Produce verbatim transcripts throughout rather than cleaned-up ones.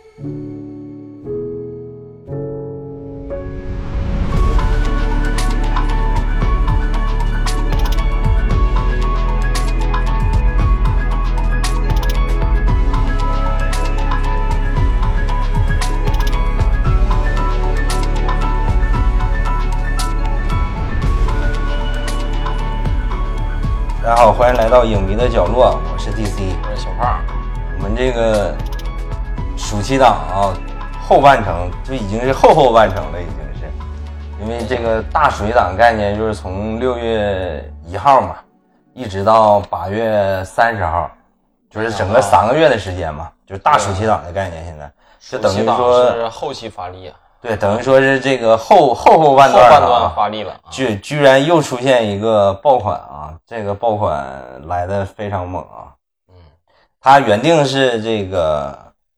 大家好，欢迎来到影迷的角落，我是 D C， 我是小胖。 我们这个暑期档啊，后半程就已经是后后半程了，已经是，因为这个大暑期档概念就是从六月一号嘛，一直到八月三十号，就是整个三个月的时间嘛，就是大暑期档的概念。现在就等于说是后期发力啊。 对，等于说是这个后后后半段、啊、 后半段发力了、啊， 居居然又出现一个爆款啊！这个爆款来的非常猛啊！嗯，它原定是这个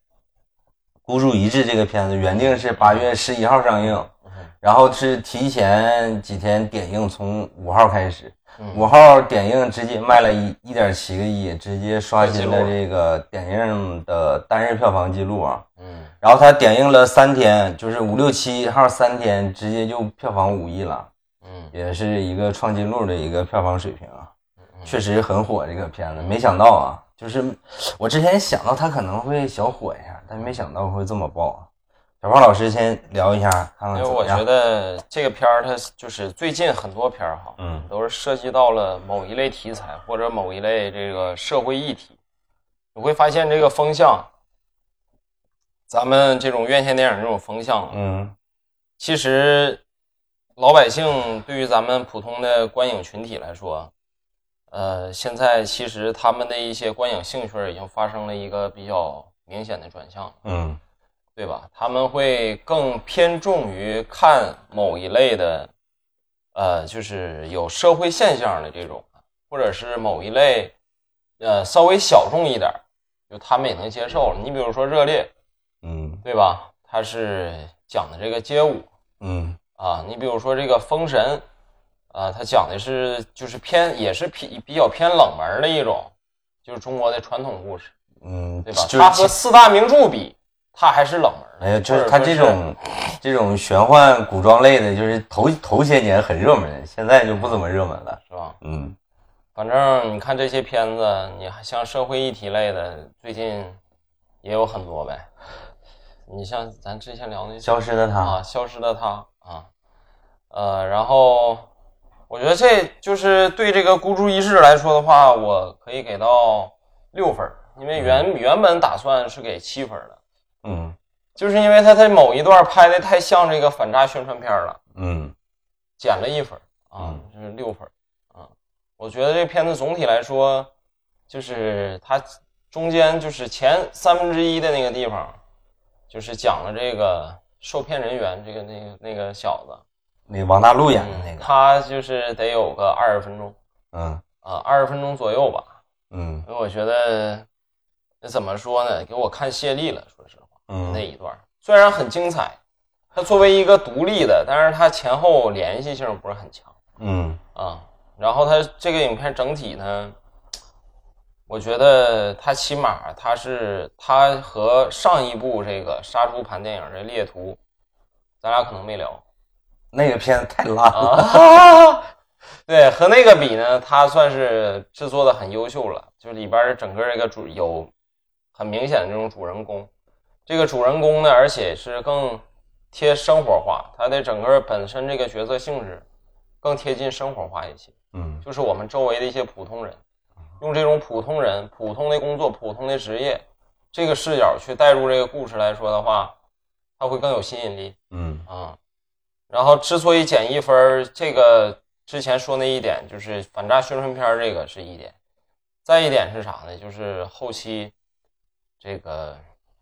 《孤注一掷》这个片子原定是八月十一号上映，嗯、然后是提前几天点映，从五号开始，五、嗯、号点映直接卖了一一点七个亿，直接刷新了这个点映的单日票房记录啊！嗯。然后他点映了三天，就是五六七号三天，直接就票房五亿了，嗯，也是一个创纪录的一个票房水平啊，确实很火这个片子。没想到啊，就是我之前想到他可能会小火一下，但没想到会这么爆啊。小胖老师先聊一下，看看怎么样。 因为我觉得这个片儿它就是最近很多片儿哈，嗯，都是涉及到了某一类题材或者某一类这个社会议题，你会发现这个风向。咱们这种院线电影这种风向，嗯，其实老百姓对于咱们普通的观影群体来说，呃，现在其实他们的一些观影兴趣已经发生了一个比较明显的转向，嗯，对吧？他们会更偏重于看某一类的，呃，就是有社会现象的这种，或者是某一类，呃，稍微小众一点，就他们也能接受了。你比如说《热烈》。嗯，对吧？它是讲的这个街舞，嗯啊，你比如说这个《封神》，啊，它讲的是就是偏也是比比较偏冷门的一种，就是中国的传统故事，嗯，对吧？就是、它和四大名著比，它还是冷门的。 哎呀，就是它这种这种玄幻古装类的，就是头头些年很热门，现在就不怎么热门了， 是吧？ 嗯， 反正你看这些片子，你像社会议题类的，最近也有很多呗。你像咱之前聊那消失的他啊，消失的他啊，呃，然后我觉得这就是对这个孤注一掷来说的话，我可以给到六分，因为原、嗯、原本打算是给七分的，嗯，就是因为他他某一段拍的太像这个反诈宣传片了，嗯，减了一分啊，就是六分啊。我觉得这片子总体来说，就是它中间就是前三分之一的那个地方。就是讲了这个受骗人员，这个那个那个小子， 那王大陆演的那个、 嗯，他就是得有个二十分钟，嗯啊，二十分钟左右吧，嗯，因为我觉得那怎么说呢，给我看泄力了，说实话，嗯，那一段虽然很精彩，它作为一个独立的，但是它前后联系性不是很强，嗯啊，然后它这个影片整体呢。我觉得它起码它是它和上一部这个杀猪盘电影这猎图，咱俩可能没聊， 那个片子太烂了、 啊、对，和那个比呢，它算是制作的很优秀了，就是里边整个这个主有很明显的这种主人公，这个主人公呢，而且是更贴生活化，它的整个本身这个角色性质更贴近生活化一些，嗯，就是我们周围的一些普通人。用这种普通人普通的工作普通的职业这个视角去带入这个故事来说的话，它会更有吸引力，嗯啊。然后之所以减一分，这个之前说那一点就是反诈宣传片，这个是一点。再一点是啥呢？就是后期这个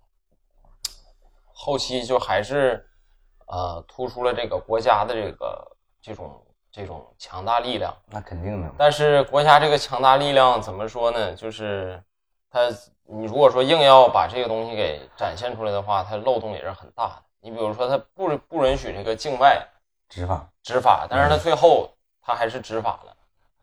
后期就还是呃突出了这个国家的这个这种。这种强大力量， 那肯定的。 但是国家这个强大力量怎么说呢？就是它，你如果说硬要把这个东西给展现出来的话，它漏洞也是很大的。你比如说，它不不允许这个境外执法， 执法，但是它最后它还是执法了。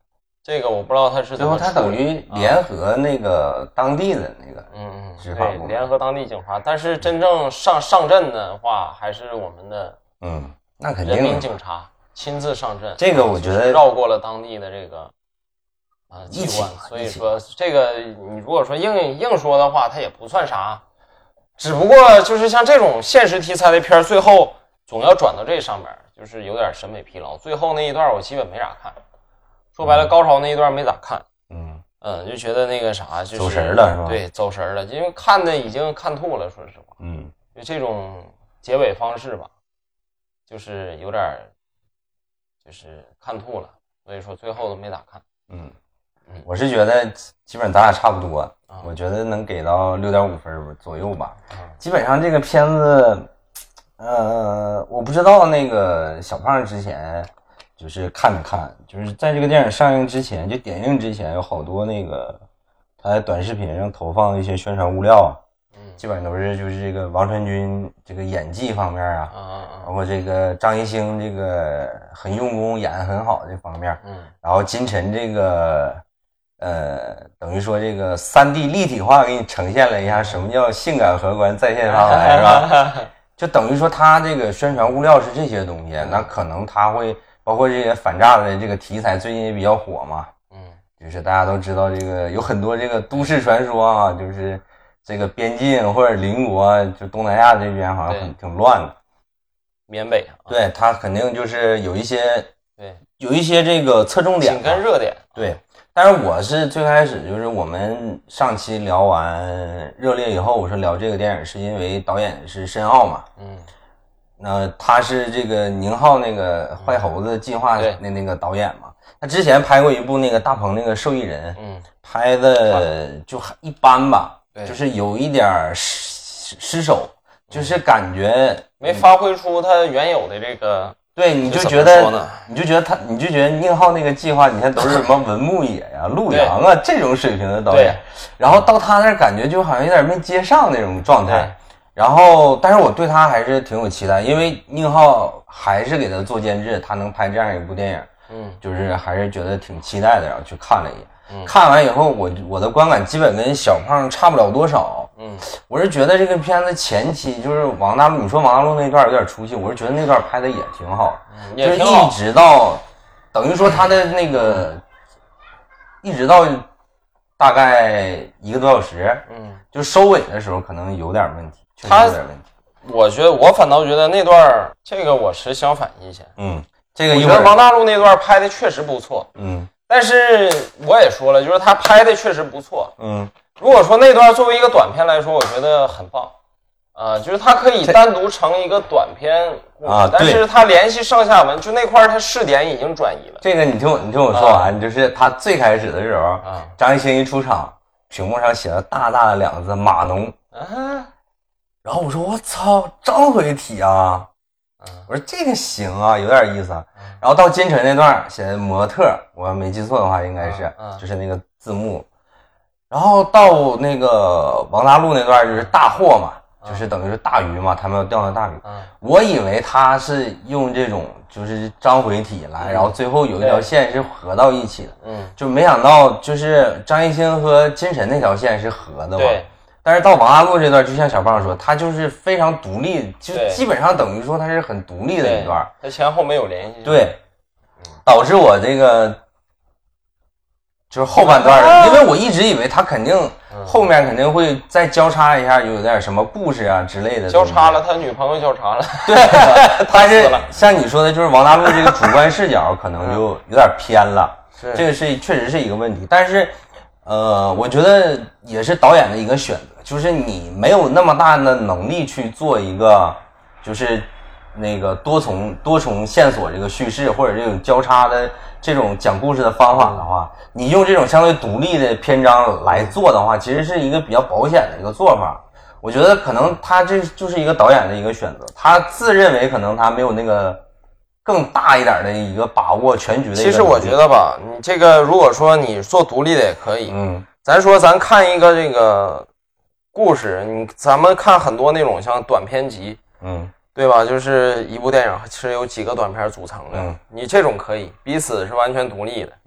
这个我不知道他是最后他等于联合那个当地的那个嗯嗯执法部门， 对，联合当地警察，但是真正上上阵的话，还是我们的嗯，那肯定人民警察亲自上阵。 这个我觉得绕过了当地的这个啊机关，所以说这个你如果说硬硬说的话，它也不算啥，只不过就是像这种现实题材的片，最后总要转到这上面，就是有点审美疲劳。最后那一段我基本没咋看。说白了，高潮那一段没咋看， 嗯嗯，就觉得那个啥，就是走神了，是吧？ 对，走神了，因为看的已经看吐了，说实话， 嗯， 就这种结尾方式吧，就是有点，就是看吐了，所以说最后都没咋看。 嗯嗯，我是觉得基本上咱俩差不多，啊、我觉得能给到六点五分左右吧。啊、基本上这个片子，呃，我不知道那个小胖之前。就是看没看，就是在这个电影上映之前，就点映之前，有好多那个他在短视频上投放一些宣传物料啊，嗯，基本上都是就是这个王传君这个演技方面啊，嗯嗯，包括这个张艺兴这个很用功演得很好这方面，嗯，然后金晨这个呃等于说这个 三 D 立体化给你呈现了一下什么叫性感荷官在线发来是吧？就等于说他这个宣传物料是这些东西，那可能他会。包括这些反诈的这个题材最近也比较火嘛，嗯，就是大家都知道这个有很多这个都市传说啊，就是这个边境或者邻国，就东南亚这边好像很挺乱的， 缅北， 对，它肯定就是有一些对有一些这个侧重点， 紧跟热点， 对。但是我是最开始就是我们上期聊完热烈以后，我说聊这个电影是因为导演是申奥嘛，嗯。那他是这个宁浩那个坏猴子计划那那个导演嘛，他之前拍过一部那个大鹏那个受益人，嗯，拍的就一般吧，就是有一点失失手，就是感觉没发挥出他原有的这个， 对，你就觉得你就觉得他你就觉得宁浩那个计划，你看都是什么文牧野呀、陆阳啊这种水平的导演，然后到他那感觉就好像有点没接上那种状态。然后，但是我对他还是挺有期待，因为宁浩还是给他做监制，他能拍这样一部电影，嗯，就是还是觉得挺期待的，然后去看了一眼。嗯、看完以后，我我的观感基本跟小胖差不了多少。嗯，我是觉得这个片子前期就是王大陆，你说王大陆那段有点出戏，我是觉得那段拍的也挺好，嗯、就是一直到等于说他的那个、嗯、一直到大概一个多小时，嗯，就收尾的时候可能有点问题。 他，我觉得我反倒觉得那段这个我持相反意见。 嗯，这个我觉得王大陆那段拍的确实不错。嗯，但是我也说了，就是他拍的确实不错。嗯，如果说那段作为一个短片来说，我觉得很棒。啊、呃，就是它可以单独成一个短片啊， 但是它联系上下文，就那块它视点已经转移了。 这个你听我，你听我说完，啊、就是他最开始的时候，啊、张艺兴一出场，屏幕上写了大大的两个字“码农”。啊。然后我说我操，章回体啊！我说这个行啊，有点意思啊。然后到金晨那段写的模特，我没记错的话应该是，就是那个字幕。然后到那个王大陆那段就是大货嘛，就是等于是大鱼嘛，他们要钓那大鱼。我以为他是用这种就是章回体来，然后最后有一条线是合到一起的。嗯，就没想到就是张艺兴和金晨那条线是合的嘛。 对。 但是到王大陆这段，就像小胖说，他就是非常独立，就基本上等于说他是很独立的一段， 他前后没有联系。 对，导致我这个就是后半段，因为我一直以为他肯定后面肯定会再交叉一下，有点什么故事啊之类的。 交叉了，他女朋友交叉了。 对，但是像你说的，就是王大陆这个主观视角可能就有点偏了，这个是确实是一个问题，但是。呃，我觉得也是导演的一个选择，就是你没有那么大的能力去做一个，就是那个多重多重线索这个叙事或者这种交叉的这种讲故事的方法的话，你用这种相对独立的篇章来做的话，其实是一个比较保险的一个做法。我觉得可能他这就是一个导演的一个选择，他自认为可能他没有那个。更大一点的一个把握全局的一个。 其实我觉得吧，你这个如果说你做独立的也可以，嗯，咱说咱看一个这个故事，你咱们看很多那种像短篇集，嗯，对吧？就是一部电影是由几个短片组成的，嗯，你这种可以，彼此是完全独立的，嗯。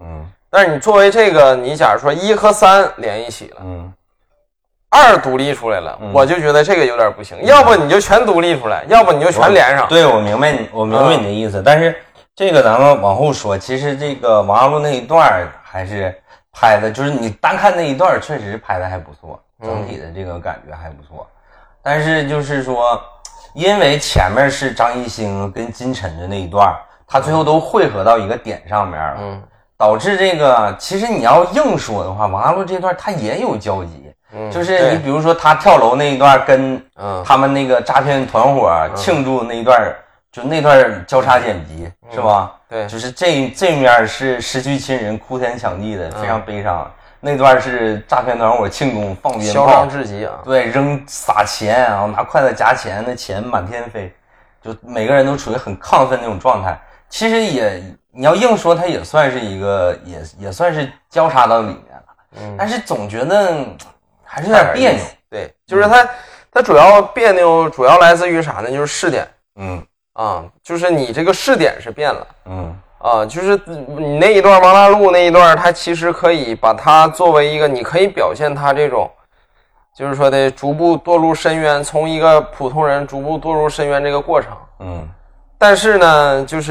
但是你作为这个，你假如说一和三连一起了， 嗯， 二独立出来了， 嗯、 我就觉得这个有点不行。嗯、要不你就全独立出来，要不你就全连上。 对，我明白你，我明白你的意思。嗯、但是这个咱们往后说，其实这个王安禄那一段还是拍的，就是你单看那一段，确实拍的还不错，整体的这个感觉还不错。嗯、但是就是说，因为前面是张艺兴跟金晨的那一段，他最后都汇合到一个点上面了。嗯。导致这个，其实你要硬说的话，王安禄这段他也有交集，嗯，就是你比如说他跳楼那一段，跟他们那个诈骗团伙庆祝那一段，嗯、就那段交叉剪辑，嗯、是吧？ 对， 就是这这面是失去亲人，哭天抢地的，非常悲伤。嗯、那段是诈骗团伙庆功，放鞭炮， 嚣张至极啊！ 对，扔撒钱，然后拿筷子夹钱，那钱满天飞，就每个人都处于很亢奋那种状态。其实也。你要硬说，它也算是一个，也也算是交叉到里面了，嗯，但是总觉得还是有点别扭。 对，就是它，它主要别扭，主要来自于啥呢？就是试点， 嗯啊，就是你这个试点是变了， 嗯啊，就是你那一段王大陆那一段，它其实可以把它作为一个，你可以表现它这种，就是说的逐步堕入深渊，从一个普通人逐步堕入深渊这个过程， 嗯， 但是呢，就是。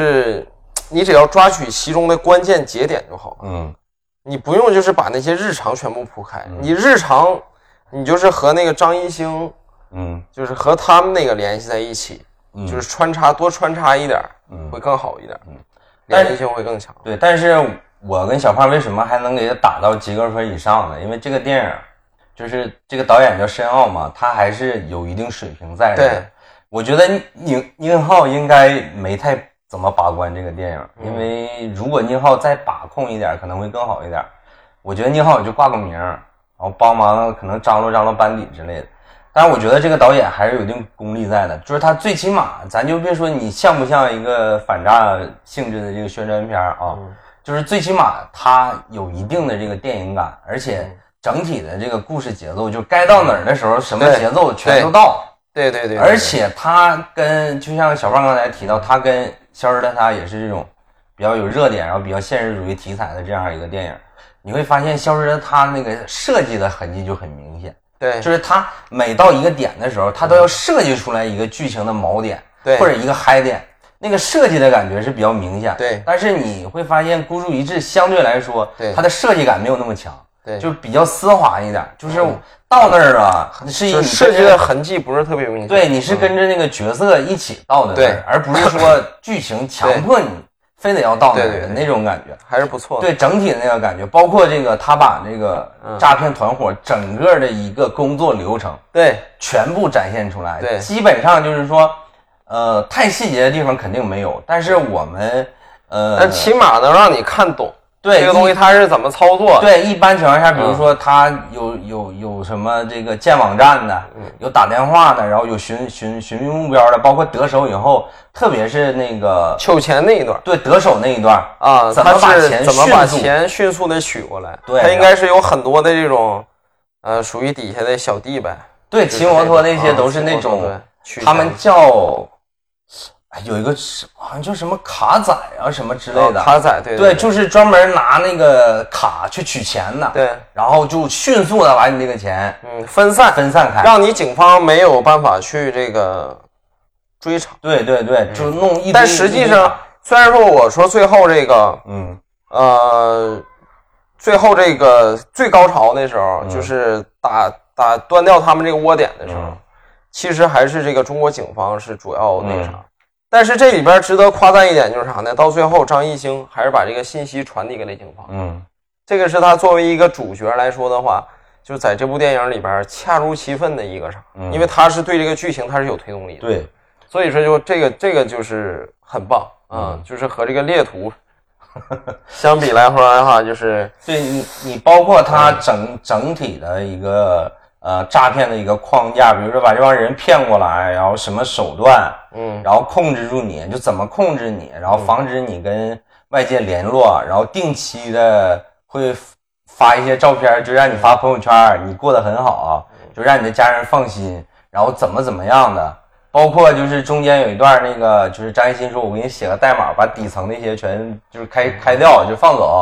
你只要抓取其中的关键节点就好， 嗯， 你不用就是把那些日常全部铺开，嗯、你日常你就是和那个张艺兴， 嗯， 就是和他们那个联系在一起， 嗯， 就是穿插多穿插一点， 嗯， 会更好一点， 嗯， 联系性会更强。 对，但是我跟小胖为什么还能给他打到及格分以上呢？因为这个电影就是这个导演叫申奥嘛，他还是有一定水平在的。 对， 我觉得宁宁浩应该没太。怎么把关这个电影？因为如果宁浩再把控一点，可能会更好一点。我觉得宁浩也就挂个名，然后帮忙可能张罗张罗班底之类的。但是我觉得这个导演还是有一定功力在的，就是他最起码，咱就别说你像不像一个反诈性质的这个宣传片啊，就是最起码他有一定的这个电影感，而且整体的这个故事节奏，就该到哪儿的时候，什么节奏全都到。 对对 对, 对, 对, 对， 而且他跟就像小胖刚才提到，他跟《消失的她》也是这种比较有热点，然后比较现实主义题材的这样一个电影。你会发现《消失的她》那个设计的痕迹就很明显， 对， 就是他每到一个点的时候，他都要设计出来一个剧情的锚点， 对， 或者一个嗨点，那个设计的感觉是比较明显， 对。 但是你会发现《孤注一掷》相对来说， 对， 它的设计感没有那么强， 对， 就比较丝滑一点，就是到那儿啊， 嗯、 是就设计的痕迹不是特别明显， 对，你是跟着那个角色一起到的， 对， 而不是说剧情强迫你非得要到那儿的那种感觉， 还是不错的。 对，整体的那个感觉，包括这个他把这个诈骗团伙整个的一个工作流程， 对， 全部展现出来， 对， 基本上就是说，呃，太细节的地方肯定没有，但是我们，呃， 但起码能让你看懂。 对这个东西它是怎么操作？ 对，一般情况下，比如说他有有有什么这个建网站的，有打电话的，然后有寻寻寻觅目标的，包括得手以后，特别是那个取钱那一段， 对，得手那一段啊， 怎么把钱怎么把钱迅速的取过来？ 对， 它应该是有很多的这种，呃，属于底下的小弟呗。 对，骑摩托那些都是那种，他们叫。有一个好像叫什么卡仔啊什么之类的， 哦、卡仔对对, 对，就是专门拿那个卡去取钱的， 对， 然后就迅速的把你这个钱嗯分散分散开， 让你警方没有办法去这个追查， 对对对，嗯、就弄一堆。 但实际上，虽然说我说最后这个， 嗯呃，最后这个最高潮那时候， 嗯、 就是打打断掉他们这个窝点的时候， 嗯、 其实还是这个中国警方是主要那个啥。 嗯但是这里边值得夸赞一点就是啥呢？到最后，张艺兴还是把这个信息传递给了警方。 嗯， 这个是他作为一个主角来说的话，就在这部电影里边恰如其分的一个啥， 嗯、 因为他是对这个剧情他是有推动力的。 对， 所以说就这个这个就是很棒啊、嗯，就是和这个猎图相比来说的话，就是对你你包括他整、嗯、整体的一个。呃，诈骗的一个框架，比如说把这帮人骗过来，然后什么手段， 嗯， 然后控制住你，就怎么控制你，然后防止你跟外界联络，然后定期的会发一些照片，就让你发朋友圈，你过得很好，就让你的家人放心，然后怎么怎么样的，包括就是中间有一段那个，就是张艺兴说，我给你写个代码，把底层那些全就是开开掉，就放走。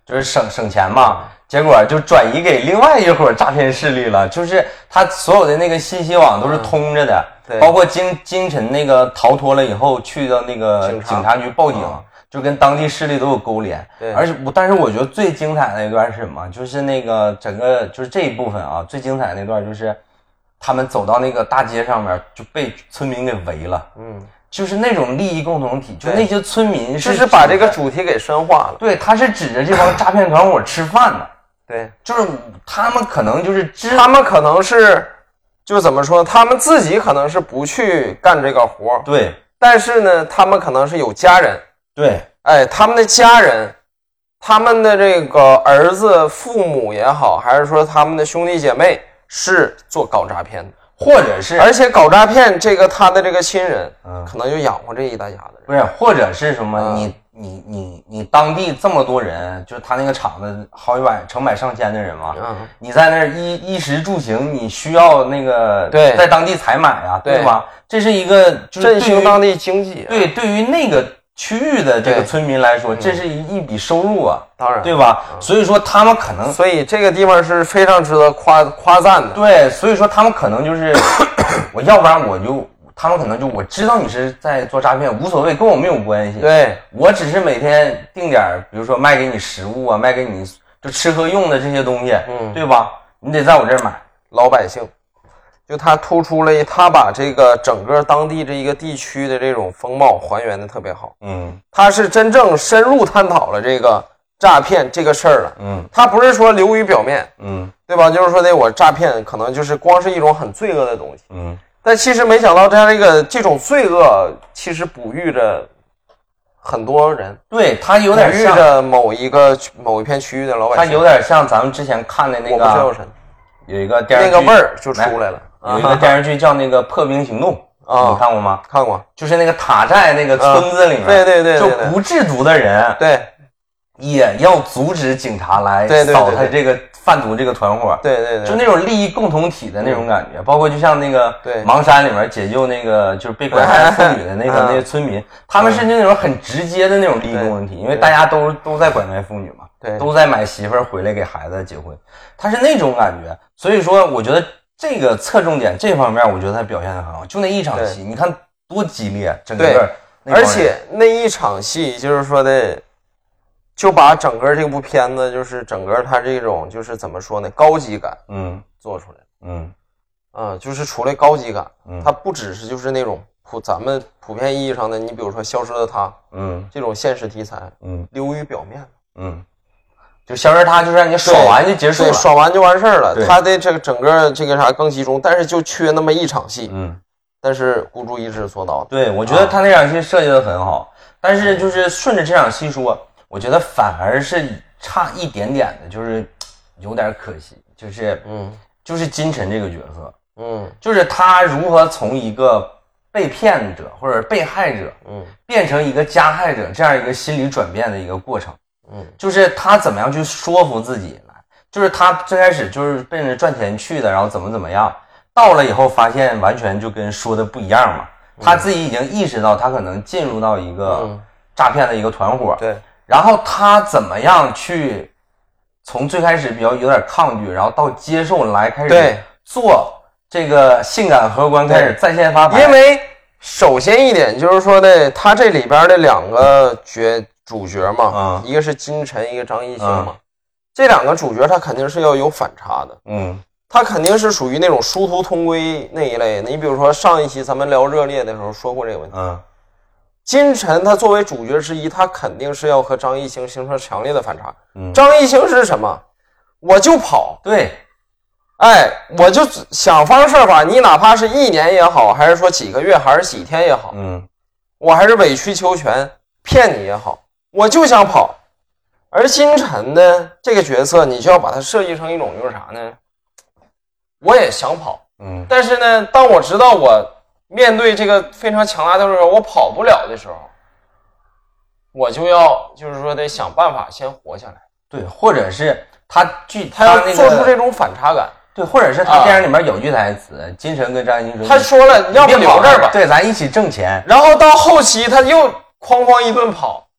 就是省省钱嘛。结果就转移给另外一伙诈骗势力了，就是他所有的那个信息网都是通着的， 嗯、 包括金金晨那个逃脱了以后去到那个警察局报警，嗯、就跟当地势力都有勾连。而且我，但是我觉得最精彩的一段是什么？就是那个整个就是这一部分啊，最精彩的那段就是他们走到那个大街上面就被村民给围了。嗯。就是那种利益共同体，就那些村民是就是把这个主题给深化了。 对，他是指着这帮诈骗团伙吃饭的。 对， 就是他们可能就是知， 他们可能是，就怎么说，他们自己可能是不去干这个活， 对， 但是呢，他们可能是有家人， 对， 哎，他们的家人，他们的这个儿子、父母也好，还是说他们的兄弟姐妹是做搞诈骗的， 或者是， 而且搞诈骗这个他的这个亲人，嗯，可能就养活这一大家子人， 不是，或者是什么，嗯、你。你你你当地这么多人，就是他那个厂子好几百成百上千的人嘛，嗯、你在那儿衣衣食住行，你需要那个对在当地采买啊，对吧？这是一个就是振兴当地经济、啊。 对，对于那个区域的这个村民来说，这是一一笔收入啊， 当然， 对吧？嗯、所以说他们可能， 所以这个地方是非常值得夸夸赞的。 对，所以说他们可能就是我要不然我就。他们可能就我知道你是在做诈骗，无所谓，跟我没有关系。 对， 我只是每天定点，比如说卖给你食物啊，卖给你就吃喝用的这些东西，嗯，对吧？你得在我这儿买。 老百姓，就他突出了，他把这个整个当地这一个地区的这种风貌还原的特别好。嗯，他是真正深入探讨了这个诈骗这个事儿了。嗯，他不是说流于表面。嗯，对吧？就是说的我诈骗可能就是光是一种很罪恶的东西。嗯。但其实没想到，他这个这种罪恶，其实哺育着很多人。 对，他有点像哺育着某一个某一片区域的老百姓。 他有点像咱们之前看的那个， 我不是药神， 有一个电视剧， 那个味儿就出来了。 有一个电视剧叫那个《破冰行动》啊，你看过吗？ 看过， 就是那个塔寨那个村子里面， 对对对， 就不制毒的人， 对， 也要阻止警察来扫他这个。贩毒这个团伙， 对对对， 就那种利益共同体的那种感觉，嗯、包括就像那个邙山里面解救那个就是被拐卖妇女的那个、嗯、那些村民，他们是那种很直接的那种利益共同体，因为大家都都在拐卖妇女嘛， 对， 都在买媳妇儿回来给孩子结婚，他是那种感觉，所以说我觉得这个侧重点这方面，我觉得他表现的很好，就那一场戏，你看多激烈，整个， 而且那一场戏就是说的。就把整个这部片子，就是整个它这种就是怎么说呢，高级感，嗯，做出来，嗯，啊，就是除了高级感，嗯，它不只是就是那种普咱们普遍意义上的，你比如说《消失的她》，嗯，这种现实题材，嗯，流于表面， 嗯，就《消失的她》就是让你爽完就结束了， 爽完就完事儿了，它的这个整个这个啥更集中，但是就缺那么一场戏，嗯，但是孤注一掷做到了， 对，我觉得他那场戏设计的很好，但是就是顺着这场戏说。我觉得反而是差一点点的，就是有点可惜，就是嗯，就是金晨这个角色，嗯，就是他如何从一个被骗者或者被害者，嗯，变成一个加害者这样一个心理转变的一个过程，嗯，就是他怎么样去说服自己来，就是他最开始就是奔着赚钱去的，然后怎么怎么样，到了以后发现完全就跟说的不一样嘛，他自己已经意识到他可能进入到一个诈骗的一个团伙， 对。 然后他怎么样去从最开始比较有点抗拒，然后到接受来开始做这个性感荷官开始在线发牌。 因为首先一点就是说的，他这里边的两个角主角嘛，嗯，一个是金晨，一个张艺兴嘛，嗯，这两个主角他肯定是要有反差的，嗯，他肯定是属于那种殊途同归那一类的。你比如说上一期咱们聊热烈的时候说过这个问题，嗯。金晨他作为主角之一，他肯定是要和张艺兴形成强烈的反差。嗯，张艺兴是什么？我就跑， 对， 哎，我就想方设法，你哪怕是一年也好，还是说几个月，还是几天也好，嗯，我还是委曲求全，骗你也好，我就想跑。而金晨呢，这个角色，你就要把它设计成一种就是啥呢？我也想跑，嗯，但是呢，当我知道我。面对这个非常强大的对手，我跑不了的时候，我就要就是说得想办法先活下来。 对，或者是他剧他要做出这种反差感。 对，或者是他电影里面有句台词，啊、金晨跟张艺兴说， 他说了，要不留这儿吧， 对，咱一起挣钱。 然后到后期他又哐哐一顿跑，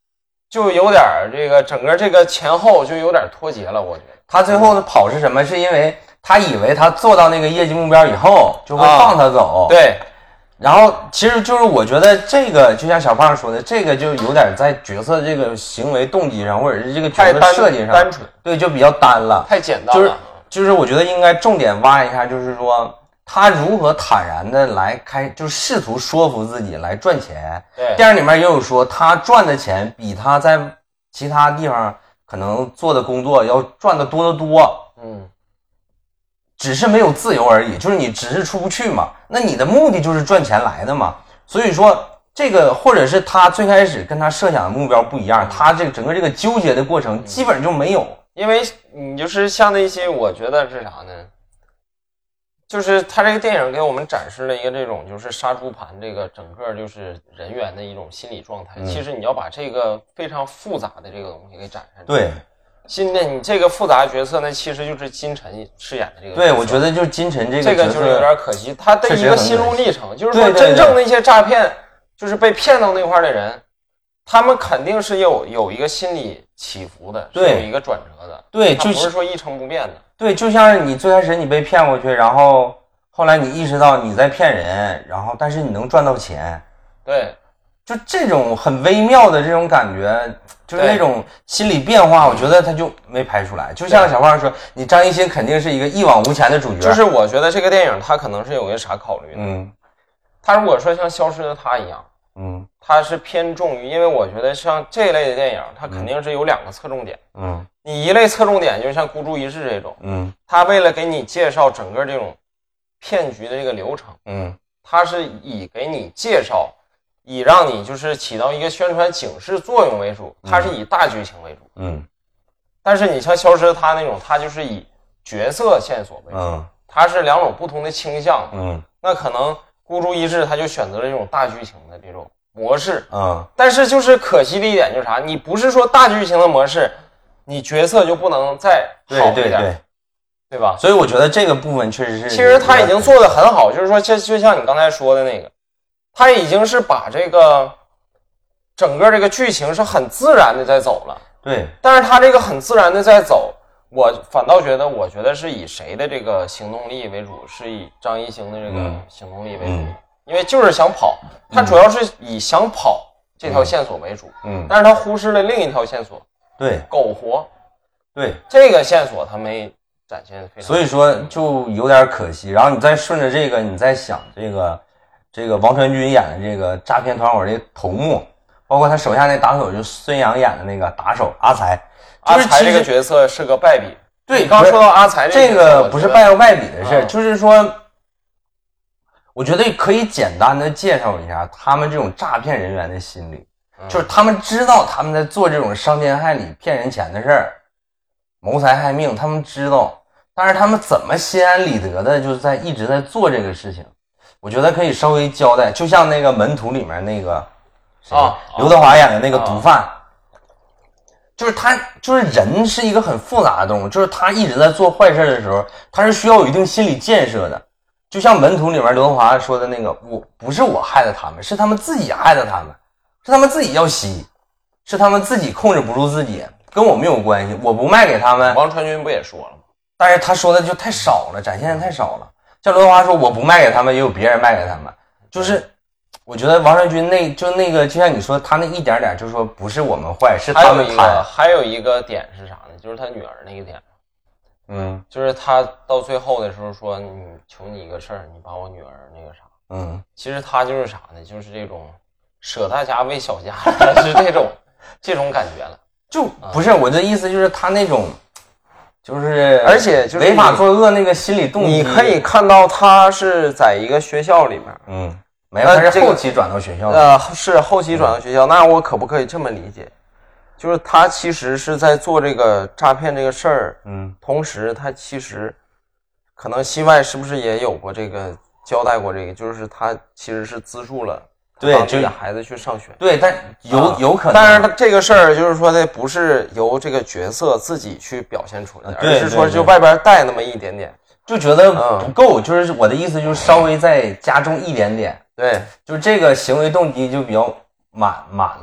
就有点这个整个这个前后就有点脱节了。我觉得他最后的跑是什么？是因为他以为他做到那个业绩目标以后就会放他走。 啊、对。 然后其实就是我觉得这个就像小胖说的，这个就有点在角色这个行为动机上，或者是这个角色设计上单纯， 对，就比较单了， 太简单了。就是就是我觉得应该重点挖一下，就是说他如何坦然的来开，就试图说服自己来赚钱。 对， 电影里面也有说，他赚的钱比他在其他地方可能做的工作要赚的多得多。 嗯。 只是没有自由而已，就是你只是出不去嘛，那你的目的就是赚钱来的嘛。所以说这个或者是他最开始跟他设想的目标不一样，他这个整个这个纠结的过程基本就没有。 因为你就是像那些，我觉得是啥呢，就是他这个电影给我们展示了一个这种就是杀猪盘这个整个就是人员的一种心理状态、嗯、其实你要把这个非常复杂的这个东西给展现出来。 对， 新的你这个复杂角色呢，其实就是金晨饰演的这个角色。 对，我觉得就是金晨这个这个就是有点可惜，他的一个心路历程，就是说真正那些诈骗，就是被骗到那块的人，他们肯定是有有一个心理起伏的，是有一个转折的。 对， 就不是说一成不变的。 对，就像是你最开始你被骗过去，然后后来你意识到你在骗人，然后但是你能赚到钱。 对， 就这种很微妙的这种感觉。就是那种心理变化，我觉得他就没拍出来。就像小胖说，你张艺兴肯定是一个一往无前的主角。 就是我觉得这个电影他可能是有个啥考虑的。 嗯， 他如果说像《消失的她》一样， 嗯， 他是偏重于，因为我觉得像这一类的电影，它肯定是有两个侧重点。 嗯， 你一类侧重点就像孤注一掷这种， 嗯， 他为了给你介绍整个这种骗局的这个流程， 嗯， 他是以给你介绍。以让你就是起到一个宣传警示作用为主，它是以大剧情为主。 嗯， 但是你像消失他那种，它就是以角色线索为主， 嗯， 它是两种不同的倾向。 嗯， 那可能孤注一掷，他就选择了这种大剧情的这种模式。 嗯， 但是就是可惜的一点就是啥，你不是说大剧情的模式，你角色就不能再好一点， 对对对， 对吧？ 所以我觉得这个部分确实是， 其实他已经做得很好，就是说，就就像你刚才说的那个。他已经是把这个整个这个剧情是很自然的在走了， 对。 但是他这个很自然的在走，我反倒觉得，我觉得是以谁的这个行动力为主？是以张艺兴的这个行动力为主， 嗯、 因为就是想跑，他主要是以想跑这条线索为主， 嗯， 但是他忽视了另一条线索， 对， 苟活， 对， 这个线索他没展现非常， 所以说就有点可惜。然后你再顺着这个，你再想这个。这个王传君演的这个诈骗团伙这个头目，包括他手下那打手，就孙杨演的那个打手阿才。 阿才这个角色是个败笔。 对， 你刚说到阿才这个不是败不败笔的事、 嗯， 就是说，我觉得可以简单的介绍一下他们这种诈骗人员的心理， 嗯、 就是他们知道他们在做这种伤天害理、骗人钱的事儿，谋财害命，他们知道，但是他们怎么心安理得的就是在一直在做这个事情。我觉得可以稍微交代，就像那个门徒里面那个啊， 刘德华演的那个毒贩，啊、就是他，就是人是一个很复杂的动物，就是他一直在做坏事的时候，他是需要有一定心理建设的。就像门徒里面刘德华说的那个，我不是我害的他们，是他们自己害的他们，是他们自己要吸，是他们自己控制不住自己，跟我没有关系，我不卖给他们。 王传君不也说了吗？ 但是他说的就太少了，展现的太少了。像刘德华说我不卖给他们，也有别人卖给他们，就是我觉得王传君那就那个就像你说他那一点点就是说不是我们坏，是他们贪。 还有一个点是啥呢？就是他女儿那个点， 嗯， 就是他到最后的时候说你求你一个事儿，你把我女儿那个啥， 嗯， 其实他就是啥呢？就是这种舍大家为小家，是这种这种感觉了。 就不是我的意思，就是他那种。就是， 而且就是违法作恶那个心理动机， 你可以看到他是在一个学校里面， 嗯，没有，他是后期转到学校的， 呃，是后期转到学校。嗯、那我可不可以这么理解？就是他其实是在做这个诈骗这个事儿， 嗯， 同时他其实可能戏外是不是也有过这个交代过这个？就是他其实是资助了。 对， 让这个孩子去上学。 对，但有、啊、有可能， 但是他这个事儿就是说的不是由这个角色自己去表现出来的， 而是说就外边带那么一点点， 就觉得不够、嗯。就是我的意思，就是稍微再加重一点点。 对， 就是这个行为动机就比较满满了。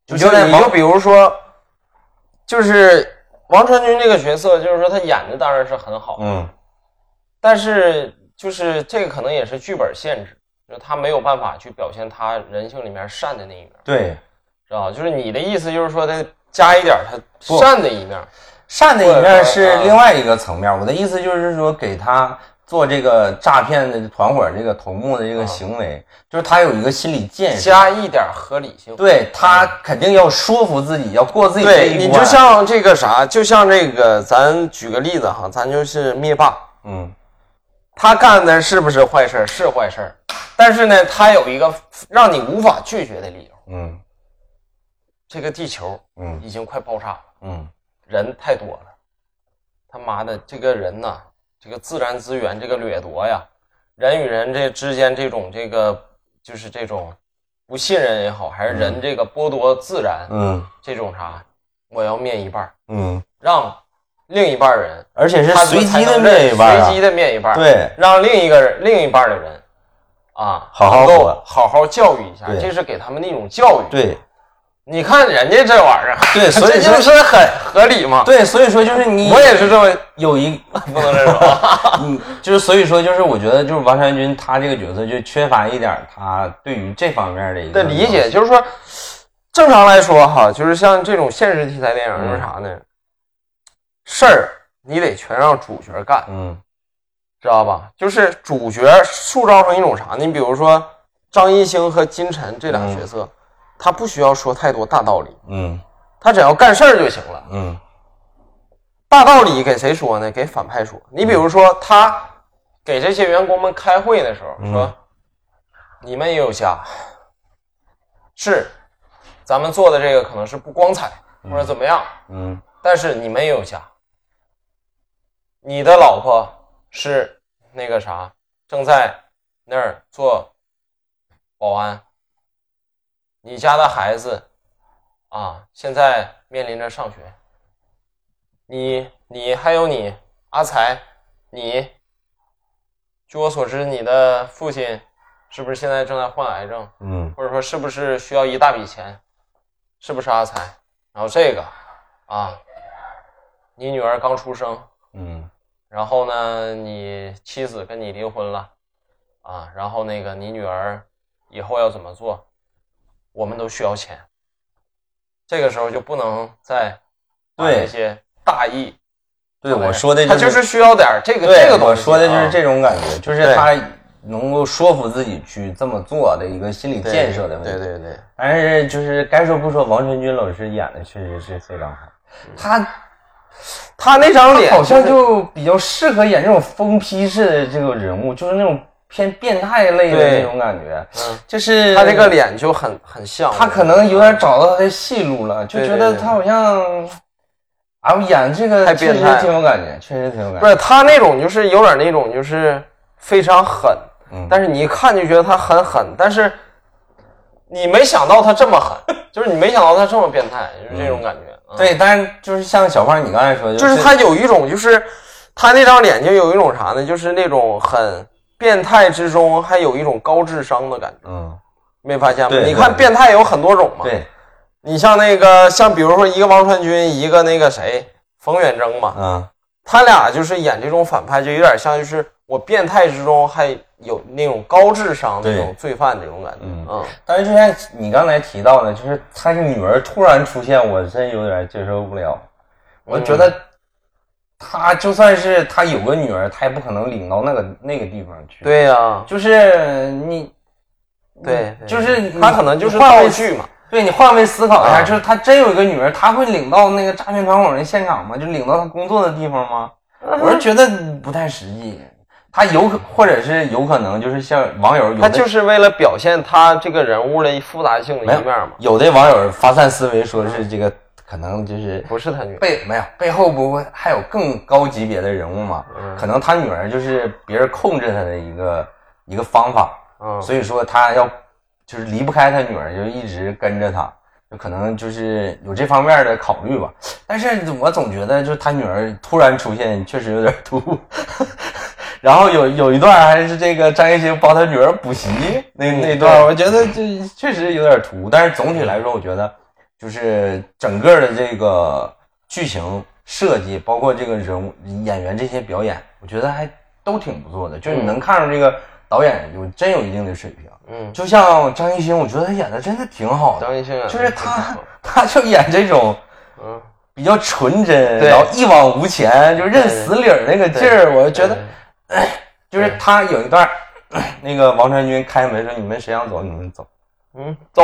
就你就比如说，就是王传君这个角色，就是说他演的当然是很好， 嗯， 但是就是这个可能也是剧本限制，就是他没有办法去表现他人性里面善的那一面。 对， 知道？就是你的意思就是说，他加一点他善的一面， 善的一面是另外一个层面。我的意思就是说，给他做这个诈骗的团伙这个头目的这个行为，啊、就是他有一个心理建设， 加一点合理性。 对，他肯定要说服自己，要过自己这一关。 对，你就像这个啥，就像这个，咱举个例子哈，咱就是灭霸， 嗯， 他干的是不是坏事？是坏事，但是呢，他有一个让你无法拒绝的理由， 嗯， 这个地球， 嗯， 已经快爆炸了， 嗯， 人太多了，他妈的，这个人呐。这个自然资源这个掠夺呀，人与人这之间这种这个就是这种不信任也好，还是人这个剥夺自然， 嗯， 这种啥，我要灭一半， 嗯， 让另一半人， 而且是随机的灭一半， 随机的灭一半， 对， 让另一个人另一半的人啊， 好好活，好好教育一下，这是给他们的一种教育， 对。 你看人家这玩意儿， 对，所以就是很合理嘛。 对，所以说就是你， 我也是这么有一不能这种， 嗯，就是所以说就是我觉得就是王传君他这个角色就缺乏一点他对于这方面的一个的理解，就是说正常来说哈，就是像这种现实题材电影就是啥呢？嗯、事儿你得全让主角干， 嗯， 知道吧？就是主角塑造成一种啥？你比如说张艺兴和金晨这俩角色。嗯，他不需要说太多大道理， 嗯， 他只要干事儿就行了， 嗯， 大道理给谁说呢？给反派说。你比如说，他给这些员工们开会的时候、嗯、说，你们也有家，是，咱们做的这个可能是不光彩、嗯、或者怎么样， 嗯， 但是你们也有家，你的老婆是那个啥，正在那儿做保安。你家的孩子啊，现在面临着上学。你你还有你阿才，你据我所知，你的父亲是不是现在正在患癌症？ 嗯， 或者说是不是需要一大笔钱？是不是阿才？然后这个啊，你女儿刚出生， 嗯， 然后呢，你妻子跟你离婚了啊，然后那个你女儿以后要怎么做？我们都需要钱，这个时候就不能再把那些大意。 对，我说的就是他就是需要点这个这个东西。 我说的就是这种感觉，啊、就是他能够说服自己去这么做的一个心理建设的问题。 对对 对, 对。 但是就是该说不说，王传君老师演的确实是非常好。他他那张脸、就是、 好像就比较适合演这种疯批式的这个人物，就是那种。偏变态类的那种感觉， 嗯， 就是他这个脸就很很像， 他可能有点找到他的戏路了，就觉得他好像啊演这个确实挺有感觉，确实挺有感觉。 不是他那种就是有点那种就是非常狠， 嗯， 但是你一看就觉得他很狠，但是你没想到他这么狠，就是你没想到他这么变态，就是这种感觉。 嗯嗯、对，但是就是像小胖你刚才说的， 就是他有一种就是他那张脸就有一种啥呢？就是那种很。变态之中还有一种高智商的感觉， 嗯， 没发现吗？ 你看变态有很多种嘛， 对， 你像那个像比如说一个王传君，一个那个谁冯远征嘛， 嗯， 他俩就是演这种反派，就有点像就是我变态之中还有那种高智商的那种罪犯这种感觉， 嗯嗯。 但是就像你刚才提到的，就是他女儿突然出现，我真有点接受不了，我觉得。他就算是他有个女儿，他也不可能领到那个那个地方去。 对呀、啊， 就是你， 对， 就是他可能就是道具嘛。 对，你换位思考一下，啊、就是他真有一个女儿，他会领到那个诈骗团伙人现场吗？就领到他工作的地方吗？嗯、我是觉得不太实际。他有可，或者是有可能就是像网友有， 他就是为了表现他这个人物的复杂性的一面嘛。 有的网友发散思维说是这个。可能就是不是他女儿背没有背后不会还有更高级别的人物吗？ 嗯， 可能他女儿就是别人控制他的一个一个方法， 嗯， 所以说他要就是离不开他女儿，就一直跟着他，就可能就是有这方面的考虑吧。但是我总觉得就是他女儿突然出现确实有点突兀。然后有有一段还是这个张艺兴帮他女儿补习那那段，我觉得这确实有点突兀。但是总体来说，我觉得。 就是整个的这个剧情设计，包括这个人物演员这些表演，我觉得还都挺不错的，就是你能看出这个导演有真有一定的水平。嗯，就像张艺兴，我觉得他演的真的挺好的。 张艺兴就是他，他就演这种，嗯，比较纯真，然后一往无前，就认死理儿那个劲儿，我就觉得，就是他有一段，那个王传君开门说：“你们谁想走，你们走。”嗯，走，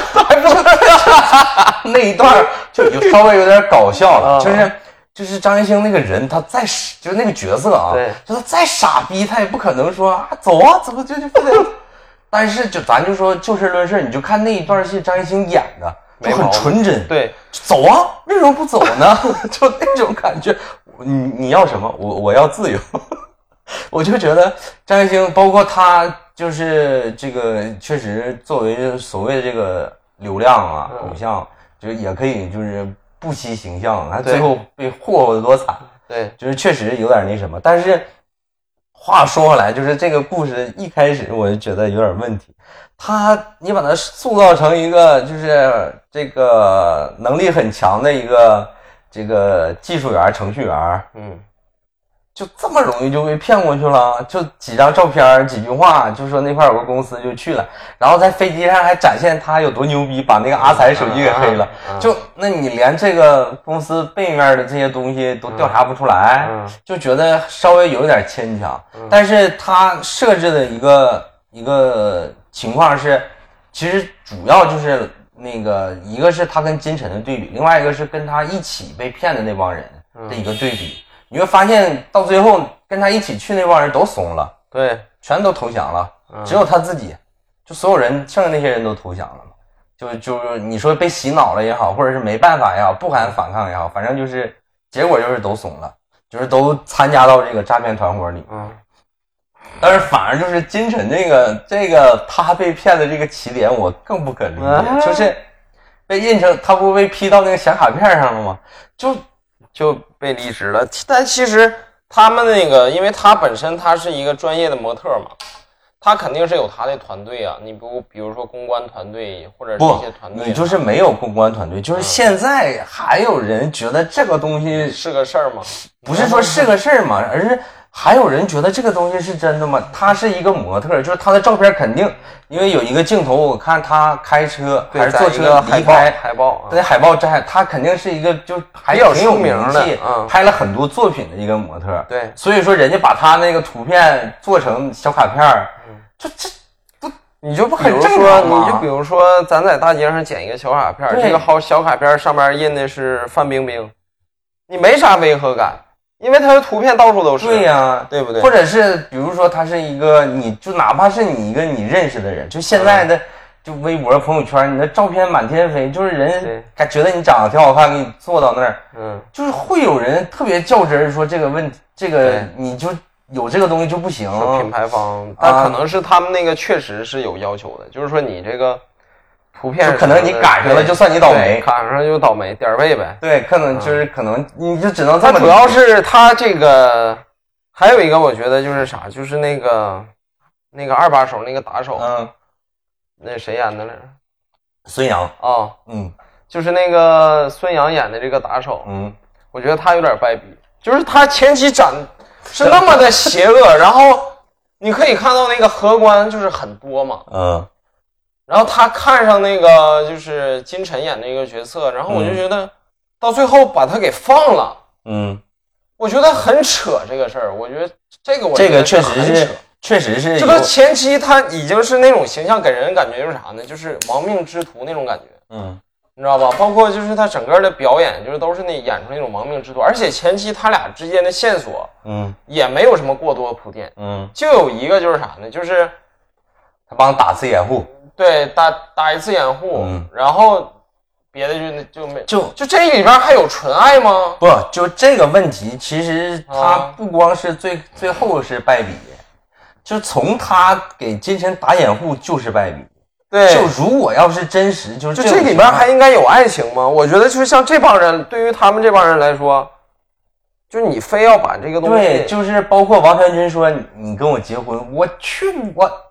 那一段就有稍微有点搞笑了，就是就是张艺兴那个人，他再就是那个角色啊，就他再傻逼，他也不可能说啊走啊，怎么就就非得。但是就咱就说就事论事，你就看那一段戏，张艺兴演的就很纯真， 对， 走啊，为什么不走呢？就那种感觉，你你要什么？我我要自由。我就觉得张艺兴，包括他，就是这个确实作为所谓的这个流量啊、偶像，就也可以就是不惜形象，他最后被霍霍得多惨。 对， 就是确实有点那什么，但是。话说回来，就是这个故事一开始我就觉得有点问题，他你把他塑造成一个就是这个能力很强的一个这个技术员、程序员，嗯，就这么容易就被骗过去了，就几张照片、几句话，就说那块有个公司就去了，然后在飞机上还展现他有多牛逼，把那个阿财手机给黑了，就那你连这个公司背面的这些东西都调查不出来，就觉得稍微有点牵强。但是他设置的一个一个情况是，其实主要就是那个一个是他跟金晨的对比，另外一个是跟他一起被骗的那帮人的一个对比。你会发现到最后跟他一起去那帮人都怂了， 对， 全都投降了，只有他自己，就所有人剩下那些人都投降了嘛，就就是你说被洗脑了也好，或者是没办法也好，不敢反抗也好，反正就是结果就是都怂了，就是都参加到这个诈骗团伙里。嗯，但是反而就是金晨这个这个他被骗的这个起点我更不可理解，就是被印成他不被 P 到那个小卡片上了吗？就就被离职了。但其实他们那个，因为他本身他是一个专业的模特嘛，他肯定是有他的团队啊。你不比如说公关团队或者这些团队， 你就是没有公关团队，就是现在还有人觉得这个东西是个事儿吗？ 不是说是个事儿嘛，而是还有人觉得这个东西是真的吗？他是一个模特，就是他的照片肯定，因为有一个镜头，我看他开车还是坐车离开海报， 在海报摘，他肯定是一个就还挺有名气，嗯，拍了很多作品的一个模特。 对， 所以说人家把他那个图片做成小卡片，这这不你就不很正常吗？ 你就比如说咱在大街上捡一个小卡片，这个好小卡片上面印的是范冰冰，你没啥违和感。因为它的图片到处都是， 对呀、啊， 对不对？ 或者是比如说，他是一个，你就哪怕是你一个你认识的人，就现在的、嗯、就微博朋友圈，你的照片满天飞，就是人感觉得你长得挺好看，给你做到那儿，嗯，就是会有人特别较真儿说这个问题，这个你就有这个东西就不行。 品牌方，但可能是他们那个确实是有要求的，啊、就是说你这个。图片可能你赶上了，就算你倒霉， 赶上就倒霉，点位呗。 对，可能就是可能你就只能这么。 主要是他这个还有一个，我觉得就是啥，就是那个那个二把手那个打手，嗯，那谁演的来着？ 孙杨啊、哦，嗯，就是那个孙杨演的这个打手，嗯，我觉得他有点败笔，就是他前期展是那么的邪恶，然后你可以看到那个荷官就是很多嘛，嗯。然后他看上那个就是金晨演那个角色，然后我就觉得到最后把他给放了，嗯，我觉得很扯这个事儿。我觉得这个我这个确实是确实是这个前期他已经是那种形象，给人感觉就是啥呢？就是亡命之徒那种感觉，嗯，你知道吧？包括就是他整个的表演，就是都是那演出那种亡命之徒，而且前期他俩之间的线索，嗯，也没有什么过多铺垫，嗯，就有一个就是啥呢？就是他帮打次掩护。 对，打打一次掩护，嗯、然后别的就就没就就这里边还有纯爱吗？ 不，就这个问题，其实他不光是最、啊、最后是败笔，就从他给金晨打掩护就是败笔。 对， 就如果要是真实，就是就这里边还应该有爱情吗？我觉得就是像这帮人，对于他们这帮人来说。就是你非要把这个东西， 对，就是包括王传君说你跟我结婚，我去，我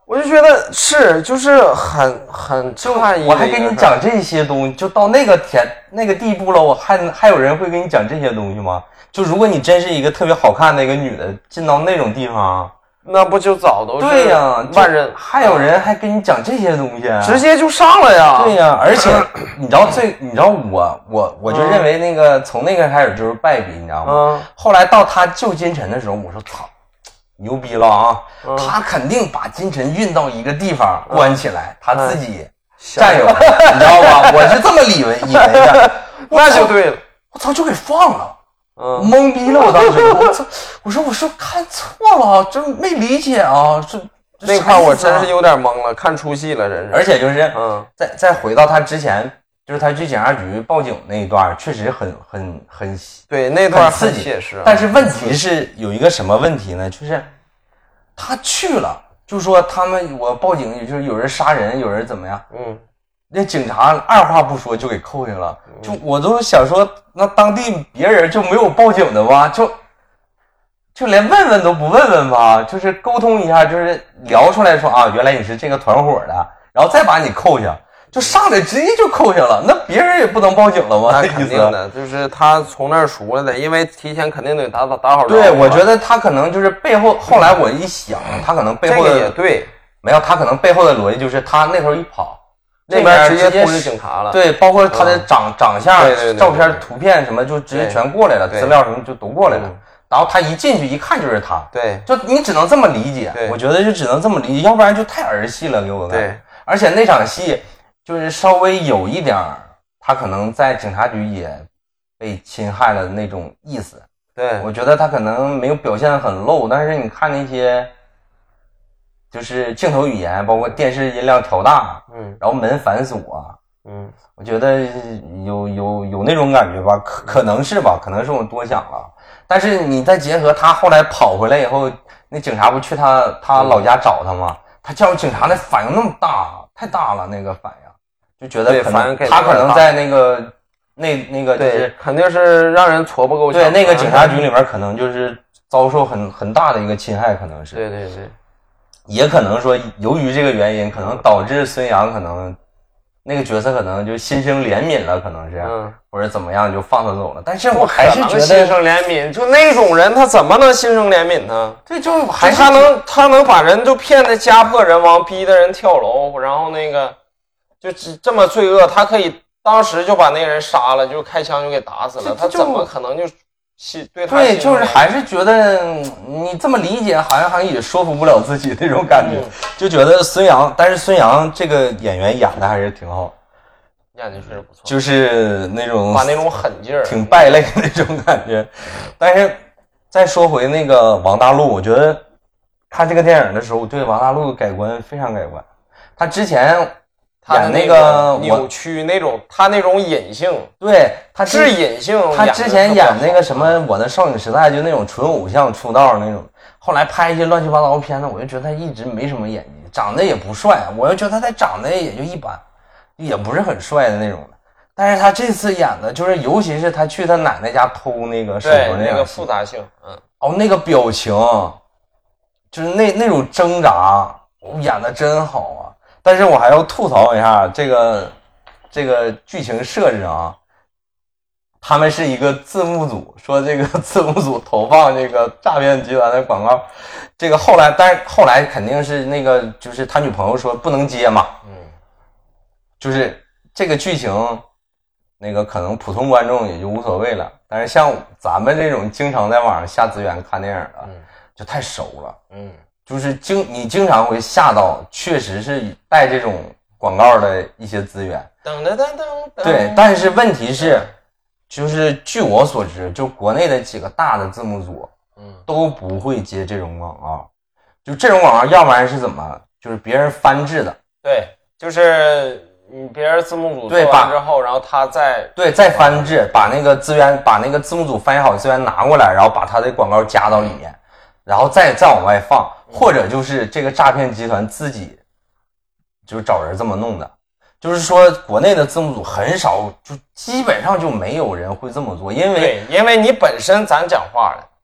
我就觉得是，就是很很诧异。 我还跟你讲这些东西，就到那个田那个地步了，我还还有人会跟你讲这些东西吗？就如果你真是一个特别好看的一个女的，进到那种地方， 那不就早都是对呀， 万人， 还有人还跟你讲这些东西， 直接就上了呀。 对呀，而且你知道最，你知道我我我就认为那个、嗯、从那个开始就是败笔，你知道吗？ 嗯。 后来到他救金晨的时候，我说操。牛逼了啊！嗯、他肯定把金晨运到一个地方关起来，嗯、他自己占有，嗯、你知道吧？我是这么以为以为的， 那就对了。 我操，就给放了， 嗯， 懵逼了。我当时，我操，我说我说看错了，这没理解啊，这那块我真是有点懵了，看出戏了，真是。 而且就是，嗯，再再回到他之前。就是他去警察局报警那一段，确实很很很对，那段很写实。 但是问题是有一个什么问题呢？就是他去了，就说他们我报警，也就是有人杀人，有人怎么样？ 嗯， 那警察二话不说就给扣下了。就我都想说，那当地别人就没有报警的吗？就就连问问都不问问吧？就是沟通一下，就是聊出来说啊，原来你是这个团伙的，然后再把你扣下。就上来直接就扣下了，那别人也不能报警了吗？ 那肯定的，就是他从那儿出来的，因为提前肯定得打打好招呼。 对，我觉得他可能就是背后，后来我一想，他可能背后的、 这个、也对， 没有，他可能背后的逻辑就是他那头一跑， 那边直接通知警察了。 对，包括他的长、嗯、长相、 对对对对照片、图片什么，就直接全过来了，资料什么就都过来了。然后他一进去一看就是他， 对， 就你只能这么理解，我觉得就只能这么理解，要不然就太儿戏了，给我看。 对， 而且那场戏。就是稍微有一点儿，他可能在警察局也被侵害了那种意思。 对， 我觉得他可能没有表现得很露，但是你看那些，就是镜头语言，包括电视音量调大， 嗯， 然后门反锁， 嗯， 我觉得有有有那种感觉吧，可可能是吧，可能是我多想了。但是你再结合他后来跑回来以后，那警察不去他他老家找他吗？他叫警察那反应那么大，太大了，那个反应。就觉得可能他可能在那个那那个就是肯定是让人矬不够呛。 对，那个警察局里面可能就是遭受很很大的一个侵害，可能是。 对对对， 也可能说由于这个原因，可能导致孙杨可能那个角色可能就心生怜悯了，可能是， 嗯， 或者怎么样就放他走了。但是我还是觉得心生怜悯，就那种人他怎么能心生怜悯呢？ 对，就还是他能他能把人就骗得家破人亡，逼得人跳楼，然后那个。就这么罪恶，他可以当时就把那个人杀了，就开枪就给打死了。他怎么可能就对他？ 对，就是还是觉得你这么理解，好像好像也说服不了自己那种感觉，嗯、就觉得孙杨，但是孙杨这个演员演的还是挺好， 演的确实不错， 就是那种把那种狠劲儿， 挺败类那种感觉。但是再说回那个王大陆，我觉得看这个电影的时候，对王大陆的改观非常改观。他之前。演那个扭曲那种，他那种隐性， 对，他是隐性。 他之前演那个什么《我的少女时代》，就那种纯偶像出道那种。后来拍一些乱七八糟的片子，我就觉得他一直没什么演技，长得也不帅。我就觉得他长得也就一般，也不是很帅的那种的。但是他这次演的，就是尤其是他去他奶奶家偷那个手镯那个复杂性，嗯， 哦，那个表情，就是那那种挣扎，演的真好啊。但是我还要吐槽一下这个这个剧情设置啊，他们是一个字幕组，说这个字幕组投放这个诈骗集团的广告，这个后来，但是后来肯定是那个就是他女朋友说不能接嘛， 嗯， 就是这个剧情，那个可能普通观众也就无所谓了，但是像咱们这种经常在网上下资源看电影的， 嗯， 就太熟了， 嗯。 就是经你经常会下到，确实是带这种广告的一些资源。 噔噔噔噔。 对，但是问题是，就是据我所知，就国内的几个大的字幕组， 嗯， 都不会接这种广告。就这种广告，要不然是怎么？就是别人翻制的。 对，就是你别人字幕组做完之后，然后他再对再翻制，把那个资源，把那个字幕组翻译好的资源拿过来，然后把他的广告加到里面。然后再再往外放，或者就是这个诈骗集团自己就找人这么弄的，就是说国内的字幕组很少，就基本上就没有人会这么做，因为对，因为你本身咱讲话了，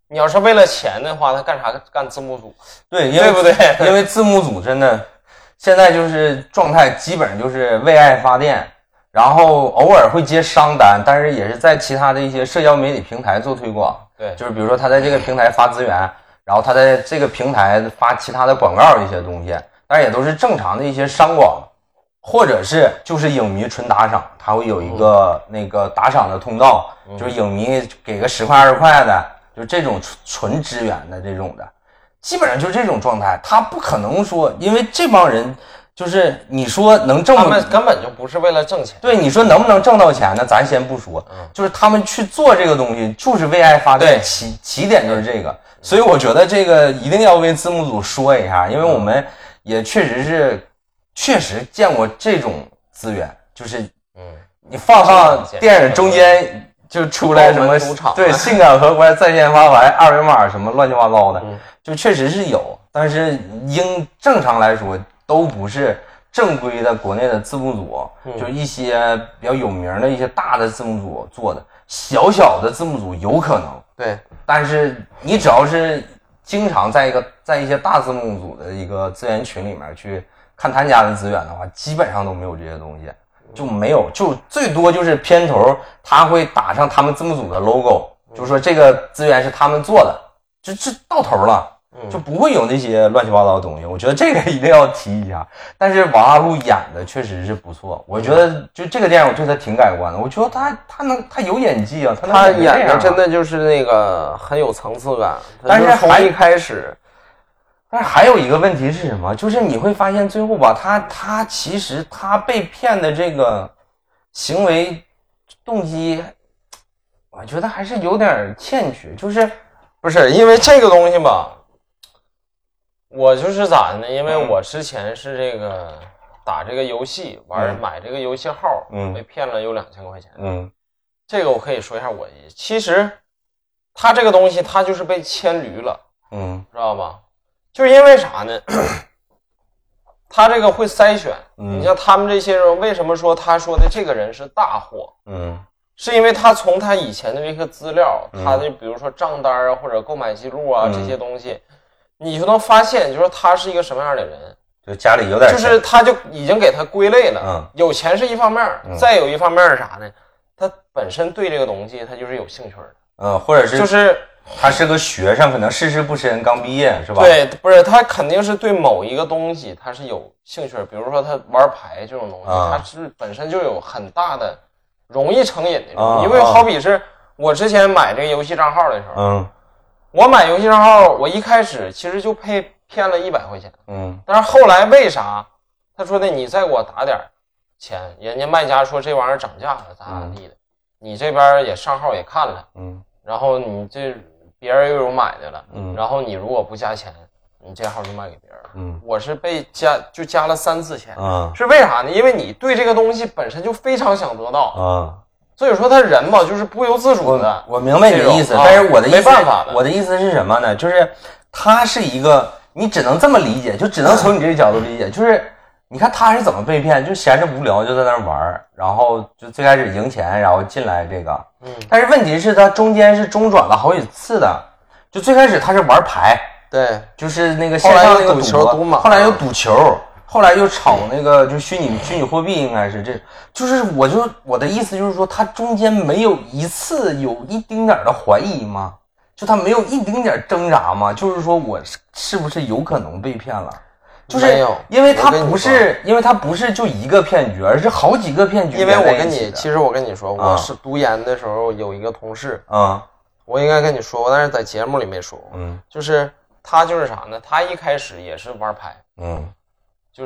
你要是为了钱的话，他干啥干字幕组？ 对， 对不对？ 因为字幕组真的现在就是状态，基本上就是为爱发电，然后偶尔会接商单，但是也是在其他的一些社交媒体平台做推广。 对， 就是比如说他在这个平台发资源，然后他在这个平台发其他的广告一些东西，但是也都是正常的一些商广，或者是就是影迷纯打赏，他会有一个那个打赏的通道，就是影迷给个十块二十块的，就这种纯支援的这种的，基本上就是这种状态。他不可能说，因为这帮人就是你说能挣， 他们根本就不是为了挣钱。 对，你说能不能挣到钱呢？咱先不说，就是他们去做这个东西，就是为爱发电，起起点就是这个。所以我觉得这个一定要为字幕组说一下，因为我们也确实是确实见过这种资源，就是嗯，你放放电影中间就出来什么对性感荷官在线发牌二维码什么乱七八糟的，就确实是有，但是应正常来说都不是正规的国内的字幕组，嗯、就一些比较有名的一些大的字幕组做的，小小的字幕组有可能对， 但是你只要是经常在一个在一些大字幕组的一个资源群里面去看他家的资源的话，基本上都没有这些东西，就没有，就最多就是片头他会打上他们字幕组的 logo， 就是说这个资源是他们做的，就这到头了。就不会有那些乱七八糟的东西，我觉得这个一定要提一下。但是王大陆演的确实是不错，我觉得就这个电影我对他挺改观的。我觉得他他能他有演技啊，他能他演的真的就是那个很有层次感。 但是从一开始， 但是还有一个问题是什么？就是你会发现最后吧，他他其实他被骗的这个行为动机，我觉得还是有点欠缺，就是不是因为这个东西吧。我就是咋的呢？因为我之前是这个打这个游戏玩、嗯、买这个游戏号，嗯，被骗了有两千块钱，嗯，这个我可以说一下我其实他这个东西他就是被牵驴了，嗯，知道吧？就是因为啥呢？他这个会筛选，嗯，你像他们这些人，为什么说他说的这个人是大货？嗯，是因为他从他以前的这个资料，嗯、他的比如说账单啊或者购买记录啊、嗯、这些东西。你就能发现，就是他是一个什么样的人， 就家里有点， 就是他就已经给他归类了。嗯，有钱是一方面，嗯、再有一方面是啥呢？他本身对这个东西他就是有兴趣的。 嗯，或者是就是他是个学生，可能事事不深，刚毕业是吧？ 对，不是他肯定是对某一个东西他是有兴趣的，比如说他玩牌这种东西，嗯、他是本身就有很大的容易成瘾的种、嗯。因为好比是我之前买这个游戏账号的时候，嗯。我买游戏账号，我一开始其实就被骗了一百块钱，嗯，但是后来为啥？他说的你再给我打点钱，人家卖家说这玩意儿涨价了，咋咋地的，嗯、你这边也上号也看了，嗯，然后你这别人又有买的了，嗯，然后你如果不加钱，你这号就卖给别人了，嗯，我是被加就加了三次钱，嗯，是为啥呢？因为你对这个东西本身就非常想得到，啊。所以说他人嘛，就是不由自主的。 我, 我明白你的意思，但是我的意思， 没办法的。 我的意思是什么呢？就是他是一个，你只能这么理解，就只能从你这个角度理解。就是你看他是怎么被骗，就闲着无聊就在那玩，然后就最开始赢钱，然后进来这个。嗯。但是问题是，他中间是中转了好几次的。就最开始他是玩牌， 对， 就是那个线上那个赌球赌马， 后来又赌球。后来又炒那个就虚拟虚拟货币，应该是这，就是我就我的意思就是说，他中间没有一次有一丁点的怀疑吗？就他没有一丁点挣扎吗？就是说我是不是有可能被骗了？就是因为他不是，因为他不是就一个骗局，而是好几个骗局。 因为我跟你，其实我跟你说，我是读研的时候有一个同事，啊、嗯，我应该跟你说过，但是在节目里没说过，嗯，就是他就是啥呢？他一开始也是玩牌，嗯。就是，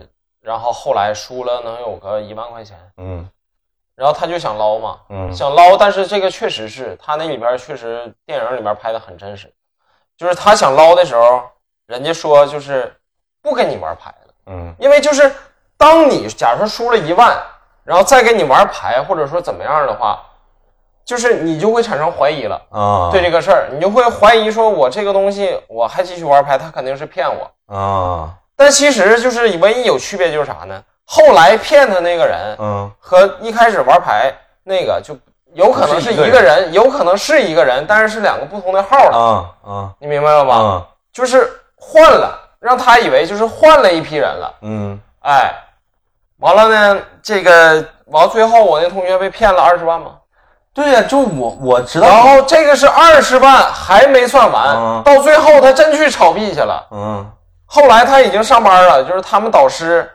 然后后来输了能有个一万块钱，嗯，然后他就想捞嘛，嗯，想捞，但是这个确实是他那里边确实电影里边拍的很真实，就是他想捞的时候，人家说就是不跟你玩牌了，嗯，因为就是当你假如说输了一万，然后再跟你玩牌或者说怎么样的话，就是你就会产生怀疑了啊，对这个事儿，你就会怀疑说我这个东西我还继续玩牌，他肯定是骗我啊。但其实就是唯一有区别就是啥呢？后来骗他那个人，嗯，和一开始玩牌那个就有可能是一个人，有可能是一个人，但是是两个不同的号的。 啊啊， 你明白了吧？ 嗯， 就是换了，让他以为就是换了一批人了。 嗯， 哎，完了呢，这个完最后我那同学被骗了二十万吗？ 对呀、啊，就我我知道。 然后这个是二十万还没算完、 嗯， 到最后他真去炒币去了。 嗯， 后来他已经上班了，就是他们导师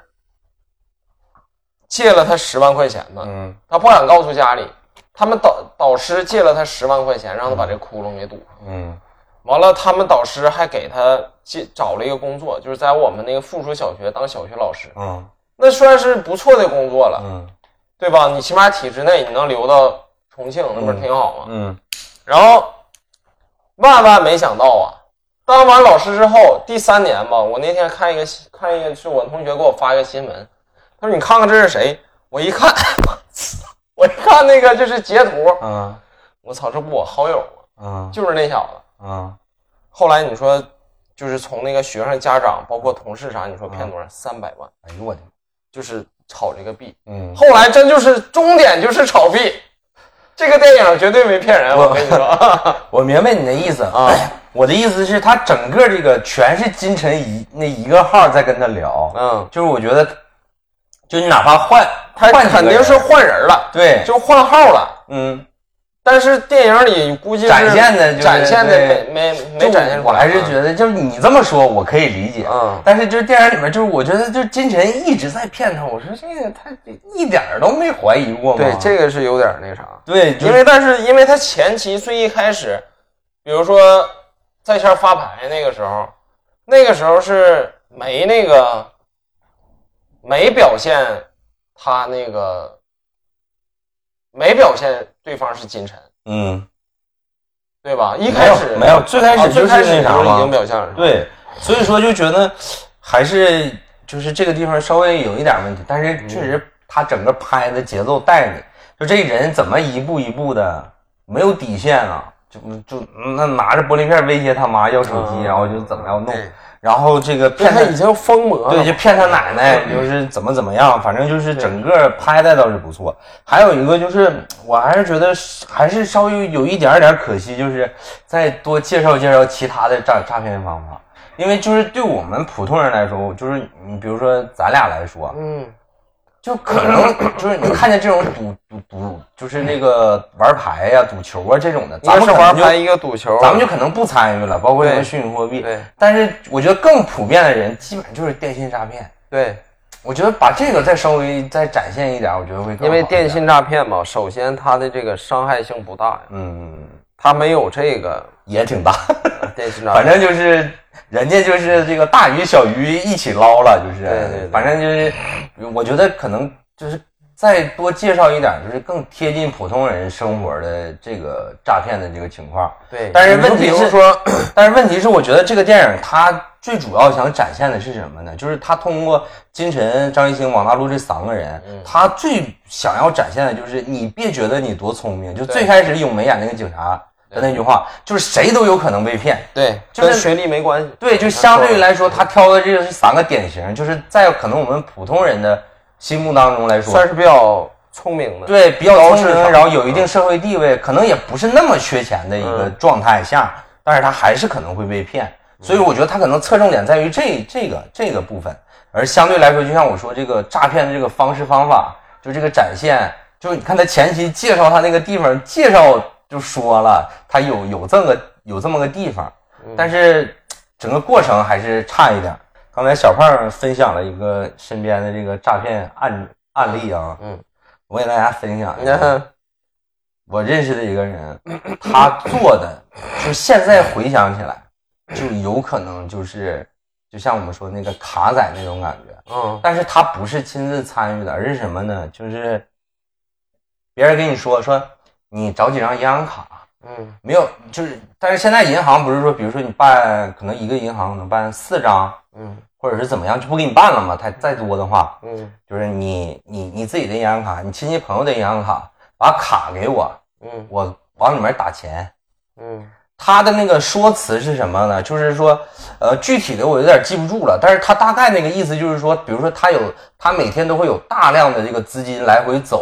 借了他十万块钱呢。 嗯， 他不敢告诉家里。他们导导师借了他十万块钱，让他把这窟窿给堵上。 嗯， 完了，他们导师还给他借找了一个工作，就是在我们那个附属小学当小学老师。 嗯， 那算是不错的工作了。 嗯， 对吧？你起码体制内你能留到重庆，那不是挺好吗？ 嗯。 然后万万没想到啊，当完老师之后，第三年吧，我那天看一个看一个是我同学给我发一个新闻，他说你看看这是谁？我一看。我一看那个就是截图， 嗯， 我操，这不我好友吗？ 嗯， 就是那小子， 嗯。 后来你说，就是从那个学生家长，包括同事啥，你说骗多少？三百万。 哎呦我的， 就是炒这个币。 嗯， 后来真就是终点就是炒币。这个电影绝对没骗人，我跟你说。 我明白你的意思啊， 我的意思是，他整个这个全是金晨一那一个号在跟他聊， 嗯， 就是我觉得，就你哪怕换。 他肯定是换人了， 对， 就换号了， 嗯。 但是电影里估计是展现的、就是、 展现的没没没展现出来。 我还是觉得，就是你这么说，我可以理解， 嗯。 但是就是电影里面，就是我觉得，就金晨一直在骗他。我说这个他一点都没怀疑过吗？ 对，这个是有点那啥。 对， 因为但是因为他前期最一开始，比如说在线发牌那个时候，那个时候是没那个没表现。他那个没表现对方是金晨， 嗯， 对吧？一开始没有，没有最开始就是那啥已经表现了， 对，所以说就觉得还是就是这个地方稍微有一点问题，但是确实他整个拍的节奏带你，就这人怎么一步一步的没有底线啊，就就那拿着玻璃片威胁他妈要手机，嗯、然后就怎么样弄。然后这个骗他已经疯魔了， 对，就骗他奶奶，就是怎么怎么样，反正就是整个拍的倒是不错。还有一个就是，我还是觉得还是稍微有一点点可惜，就是再多介绍介绍其他的诈诈骗方法，因为就是对我们普通人来说，就是你比如说咱俩来说， 嗯。 就可能就是你看见这种赌赌赌，就是那个玩牌呀、赌球啊这种的，咱们是玩牌一个赌球， 咱们就可能不参与了，包括什么虚拟货币。 对。 但是我觉得更普遍的人，基本上就是电信诈骗。 对。 我觉得把这个再稍微再展现一点，我觉得会更好。 因为电信诈骗嘛，首先它的这个伤害性不大呀。 嗯。它没有这个也挺大。 电信诈骗。 反正就是。人家就是这个大鱼小鱼一起捞了，就是， 对对对， 反正就是，我觉得可能就是再多介绍一点，就是更贴近普通人生活的这个诈骗的这个情况。 对， 但是问题是说，但是问题是，我觉得这个电影它最主要想展现的是什么呢？就是他通过金晨、张艺兴、王大陆这三个人， 嗯、 他最想要展现的就是你别觉得你多聪明，就最开始咏梅演那个警察。的那句话就是谁都有可能被骗， 对， 就是跟学历没关系。 对，就相对于来说，他挑的这个是三个典型，就是在可能我们普通人的心目当中来说， 算是比较聪明的， 对，比较聪明，然后有一定社会地位，可能也不是那么缺钱的一个状态下，嗯、但是他还是可能会被骗。所以我觉得他可能侧重点在于这这个这个部分，而相对来说，就像我说这个诈骗的这个方式方法，就这个展现，就你看他前期介绍他那个地方介绍。就说了，他有有这个有这么个地方，但是整个过程还是差一点。刚才小胖分享了一个身边的这个诈骗案案例啊， 嗯， 我给大家分享一下。我认识的一个人，他做的，就现在回想起来，就有可能就是就像我们说那个卡仔那种感觉， 嗯， 但是他不是亲自参与的，而是什么呢？就是别人跟你说说。你找几张银行卡， 嗯， 没有，就是，但是现在银行不是说，比如说你办，可能一个银行能办四张， 嗯， 或者是怎么样，就不给你办了嘛。他再多的话， 嗯， 就是你你你自己的银行卡，你亲戚朋友的银行卡，把卡给我， 嗯， 我往里面打钱， 嗯， 他的那个说辞是什么呢？就是说，呃，具体的我有点记不住了，但是他大概那个意思就是说，比如说他有，他每天都会有大量的这个资金来回走。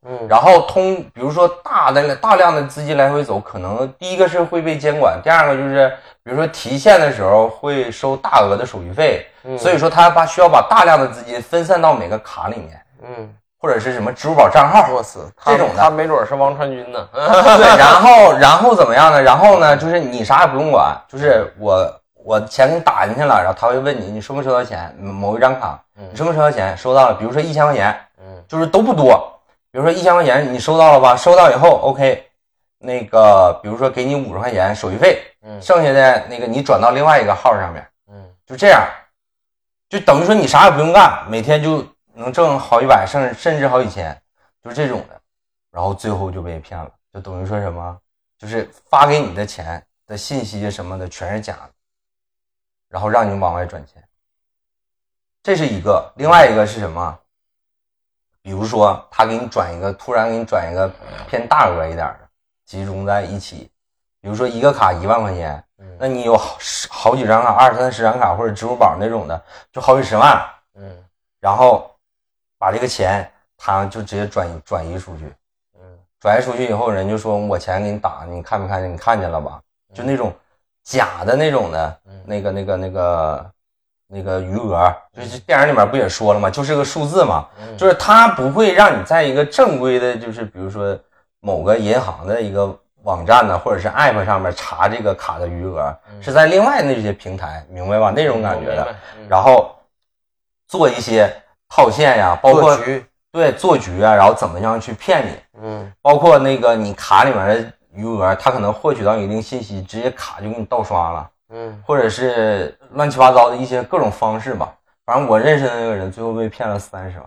嗯，然后通比如说大的大量的资金来回走，可能第一个是会被监管，第二个就是比如说提现的时候会收大额的手续费，嗯，所以说他把需要把大量的资金分散到每个卡里面，嗯，或者是什么支付宝账号， 我操， 这种的， 他没准是王传君呢。 对，然后然后怎么样呢？然后呢，就是你啥也不用管，就是我我钱给你打进去了，然后他会问你你收没收到钱，某一张卡，你收没收到钱？收到了，比如说一千块钱，嗯，就是都不多。比如说一千块钱你收到了吧，收到以后 OK， 那个比如说给你五十块钱手续费，嗯，剩下的那个你转到另外一个号上面，嗯，就这样，就等于说你啥也不用干，每天就能挣好几百，甚至甚至好几千，就是这种的，然后最后就被骗了，就等于说什么，就是发给你的钱的信息什么的全是假的，然后让你往外转钱，这是一个。另外一个是什么？比如说他给你转一个，突然给你转一个偏大额一点的，集中在一起，比如说一个卡一万块钱，那你有好好几张卡，二三十张卡或者支付宝那种的，就好几十万，嗯，然后把这个钱他就直接转移转移出去，嗯，转移出去以后，人就说我钱给你打，你看没看见？你看见了吧？就那种假的那种的，那个那个那个。那个余额，就是电影里面不也说了吗？就是个数字嘛，就是它不会让你在一个正规的，就是比如说某个银行的一个网站呢，或者是 app 上面查这个卡的余额，是在另外那些平台，明白吧？那种感觉的，然后做一些套现呀，包括对做局啊，然后怎么样去骗你，嗯，包括那个你卡里面的余额，他可能获取到一定信息，直接卡就给你盗刷了。嗯，或者是乱七八糟的一些各种方式吧，反正我认识的那个人最后被骗了三十万，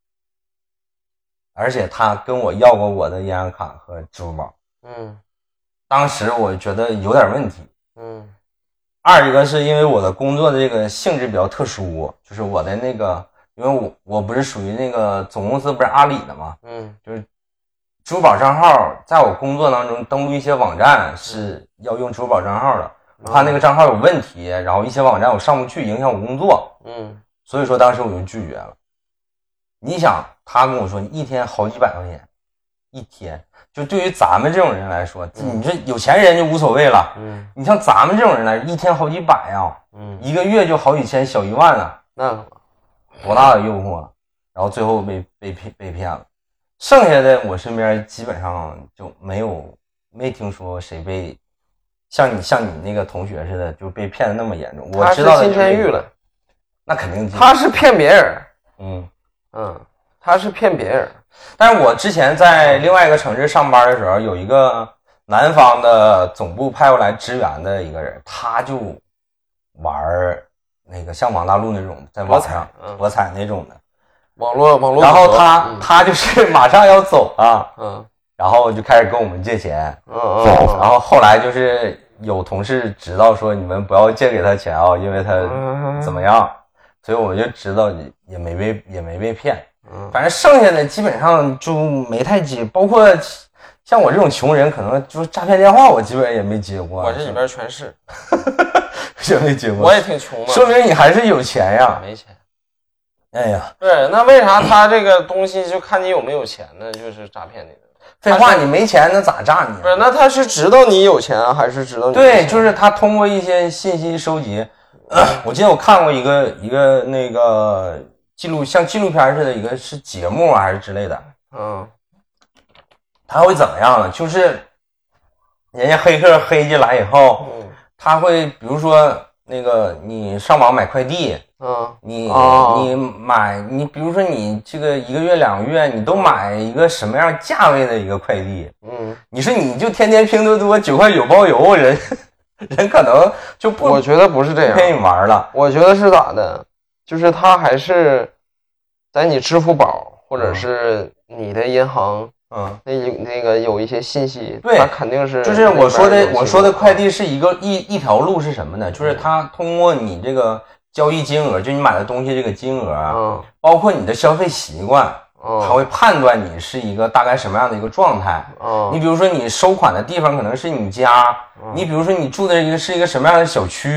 而且他跟我要过我的银行卡和支付宝，嗯，当时我觉得有点问题，嗯，二一个是因为我的工作的这个性质比较特殊，就是我的那个，因为我我不是属于那个总公司不是阿里的嘛，嗯，就是支付宝账号在我工作当中登录一些网站是要用支付宝账号的。我怕那个账号有问题，然后一些网站我上不去，影响我工作，嗯，所以说当时我就拒绝了。你想，他跟我说你一天好几百块钱，一天，就对于咱们这种人来说，嗯、你这有钱人就无所谓了，嗯，你像咱们这种人来，一天好几百啊，嗯，一个月就好几千，小一万了，那多大的诱惑，然后最后被被骗被骗了。剩下的我身边基本上就没有没听说谁被。像你像你那个同学似的，就被骗的那么严重。我知道他是进监狱了， 那肯定他是骗别人，嗯嗯，他是骗别人。 但是我之前在另外一个城市上班的时候，有一个南方的总部派过来支援的一个人，他就玩那个像网大陆那种，在网上博彩那种的网络网络， 然后他、嗯、他就是马上要走啊，嗯。然后就开始跟我们借钱，嗯嗯，然后后来就是有同事知道说你们不要借给他钱啊，因为他怎么样，所以我就知道也没被也没被骗，反正剩下的基本上就没太接，包括像我这种穷人，可能就是诈骗电话我基本上也没接过。 我这里边全是， 也没接过。 我也挺穷的， 说明你还是有钱呀。 没钱。 哎呀， 对，那为啥他这个东西就看你有没有钱呢？就是诈骗你的。 废话，你没钱那咋诈你、啊？ 不是，那他是知道你有钱啊，还是知道你有钱？ 对，就是他通过一些信息收集。呃、我记得我看过一个一个那个纪录，像纪录片似的，一个是节目啊还是之类的。嗯，他会怎么样呢？就是人家黑客黑进来以后，嗯、他会比如说那个你上网买快递。嗯，你、哦、你买你比如说你这个一个月两个月你都买一个什么样价位的一个快递？嗯，你说你就天天拼多多九块九包邮，人人可能就不， 我觉得不是这样， 陪你玩了。 我觉得是咋的？就是他还是在你支付宝或者是你的银行，嗯，那那个有一些信息， 对， 他肯定是就是我说的我说的快递是一个一一条路是什么呢？就是他通过你这个。交易金额，就你买的东西这个金额啊，嗯、包括你的消费习惯，嗯、他会判断你是一个大概什么样的一个状态。嗯、你比如说你收款的地方可能是你家，嗯、你比如说你住的一个是一个什么样的小区，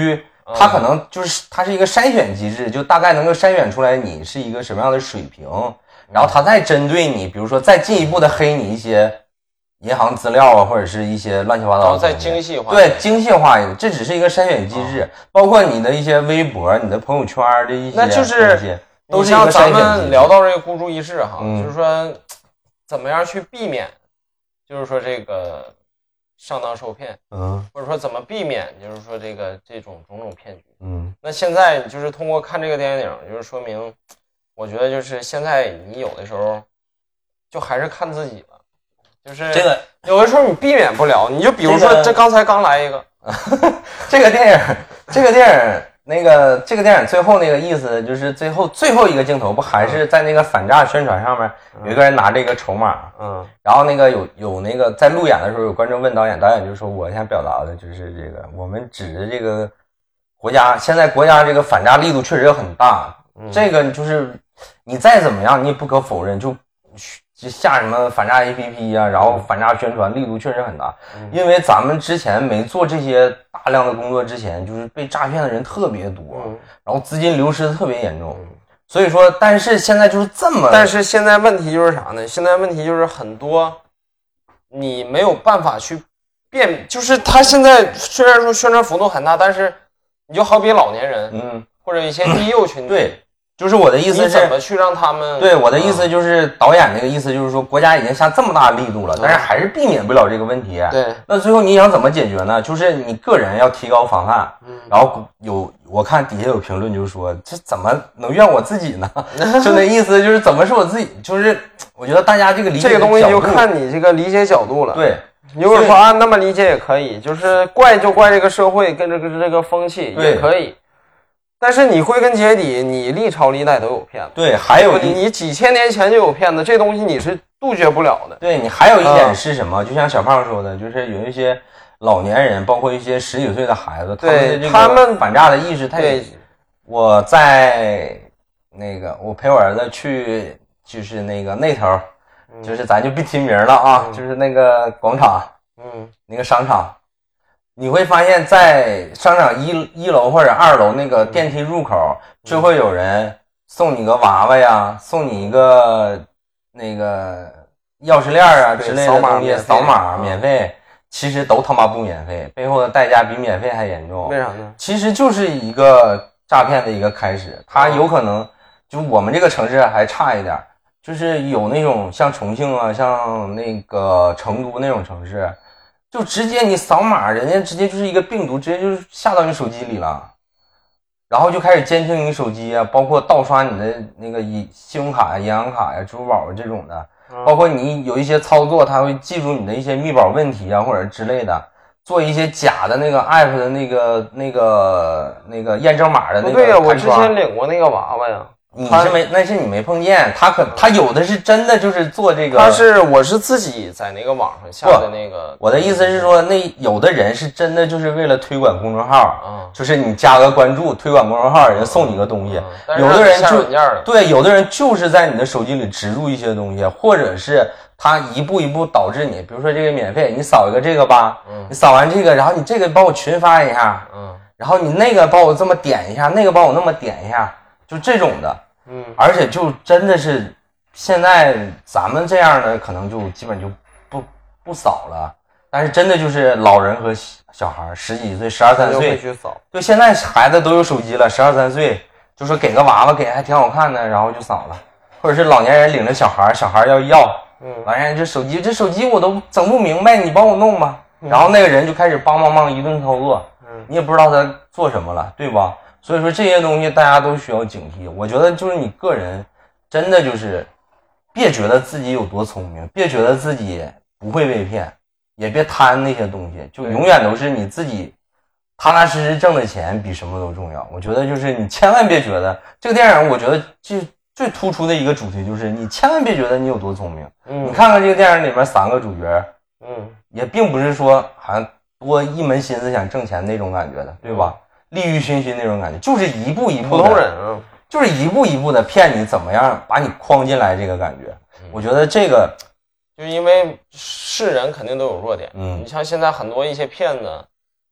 它可能就是它是一个筛选机制，就大概能够筛选出来你是一个什么样的水平，然后它再针对你，比如说再进一步的黑你一些银行资料啊，或者是一些乱七八糟的， 然后再精细化， 对，精细化一个，这只是一个筛选机制，包括你的一些微博、你的朋友圈的一些， 那就是都是一个筛选机制。 像咱们聊到这个孤注一掷哈，嗯、就是说怎么样去避免，就是说这个上当受骗，嗯，或者说怎么避免，就是说这个这种种种骗局，嗯，那现在就是通过看这个电影，就是说明，我觉得就是现在你有的时候就还是看自己了。就是这个有的时候你避免不了，你就比如说这刚才刚来一个， 这个电影，这个电影那个这个电影最后那个意思就是最后最后一个镜头不还是在那个反诈宣传上面有一个人拿这个筹码，嗯，然后那个有有那个在路演的时候有观众问导演，导演就说我想表达的就是这个我们指的这个国家现在国家这个反诈力度确实很大，嗯、这个就是你再怎么样你也不可否认就。就下什么反诈 A P P 啊，然后反诈宣传力度确实很大，嗯、因为咱们之前没做这些大量的工作之前，就是被诈骗的人特别多，嗯、然后资金流失的特别严重，嗯、所以说，但是现在就是这么， 但是现在问题就是啥呢？现在问题就是很多你没有办法去辨，就是他现在虽然说宣传幅度很大，但是你就好比老年人，嗯，或者一些低幼群体。 对。就是我的意思是， 你怎么去让他们？ 对，我的意思就是导演那个意思就是说，国家已经下这么大力度了，但是还是避免不了这个问题。 对， 那最后你想怎么解决呢？就是你个人要提高防范。嗯，然后有我看底下有评论就说，这怎么能怨我自己呢？就那意思就是怎么是我自己？就是我觉得大家这个理解这个东西就看你这个理解角度了。 对， 你如果说啊那么理解也可以，就是怪就怪这个社会跟这个这个风气也可以。但是你归根结底，你历朝历代都有骗子。 对，还有你你几千年前就有骗子，这东西你是杜绝不了的。 对，你还有一点是什么？嗯、就像小胖说的，就是有一些老年人，包括一些十几岁的孩子， 对他们这个反诈的意识太。我在那个，我陪我儿子去，就是那个那头，嗯、就是咱就别提名了啊，嗯、就是那个广场，嗯，那个商场。你会发现在商场一一楼或者二楼那个电梯入口就会有人送你个娃娃呀，送你一个那个钥匙链啊之类的东西，扫码免费，其实都他妈不免费，背后的代价比免费还严重。 为啥呢？ 其实就是一个诈骗的一个开始，它有可能就我们这个城市还差一点，就是有那种像重庆啊，像那个成都那种城市。就直接你扫码，人家直接就是一个病毒，直接就是下到你手机里了，然后就开始监听你手机啊，包括盗刷你的那个信用卡呀、银行卡呀、支付宝这种的，包括你有一些操作，它会记住你的一些密保问题啊或者之类的，做一些假的那个 app 的那个那个那个验证码的那个。 对呀，我之前领过那个娃娃呀。 你是没，那是你没碰见，他可他有的是真的就是做这个， 他是我是自己在那个网上下的那个。 我的意思是说，那有的人是真的就是为了推广公众号，嗯，就是你加个关注，推广公众号，人送你个东西。嗯、有的人就对，有的人就是在你的手机里植入一些东西，或者是他一步一步导致你，比如说这个免费，你扫一个这个吧，嗯，你扫完这个，然后你这个帮我群发一下，嗯，然后你那个帮我这么点一下，那个帮我那么点一下，就这种的。嗯，而且就真的是现在咱们这样的可能就基本就不不扫了，但是真的就是老人和小孩十几岁、十二三岁去扫。 对，现在孩子都有手机了，十二三岁就说给个娃娃给还挺好看的，然后就扫了，或者是老年人领着小孩，小孩要要，嗯，老年人这手机这手机我都整不明白，你帮我弄吧。然后那个人就开始梆梆梆一顿操作，嗯，你也不知道他做什么了，对吧？所以说这些东西大家都需要警惕。我觉得就是你个人真的就是别觉得自己有多聪明，别觉得自己不会被骗，也别贪那些东西，就永远都是你自己踏踏实实挣的钱比什么都重要。我觉得就是你千万别觉得这个电影，我觉得就最突出的一个主题就是你千万别觉得你有多聪明。嗯，你看看这个电影里面三个主角，嗯，也并不是说好像多一门心思想挣钱那种感觉的，对吧？利欲熏心那种感觉，就是一步一步的， 普通人啊， 就是一步一步的骗你，怎么样把你框进来这个感觉。嗯、我觉得这个， 就是因为是人肯定都有弱点。嗯，你像现在很多一些骗子，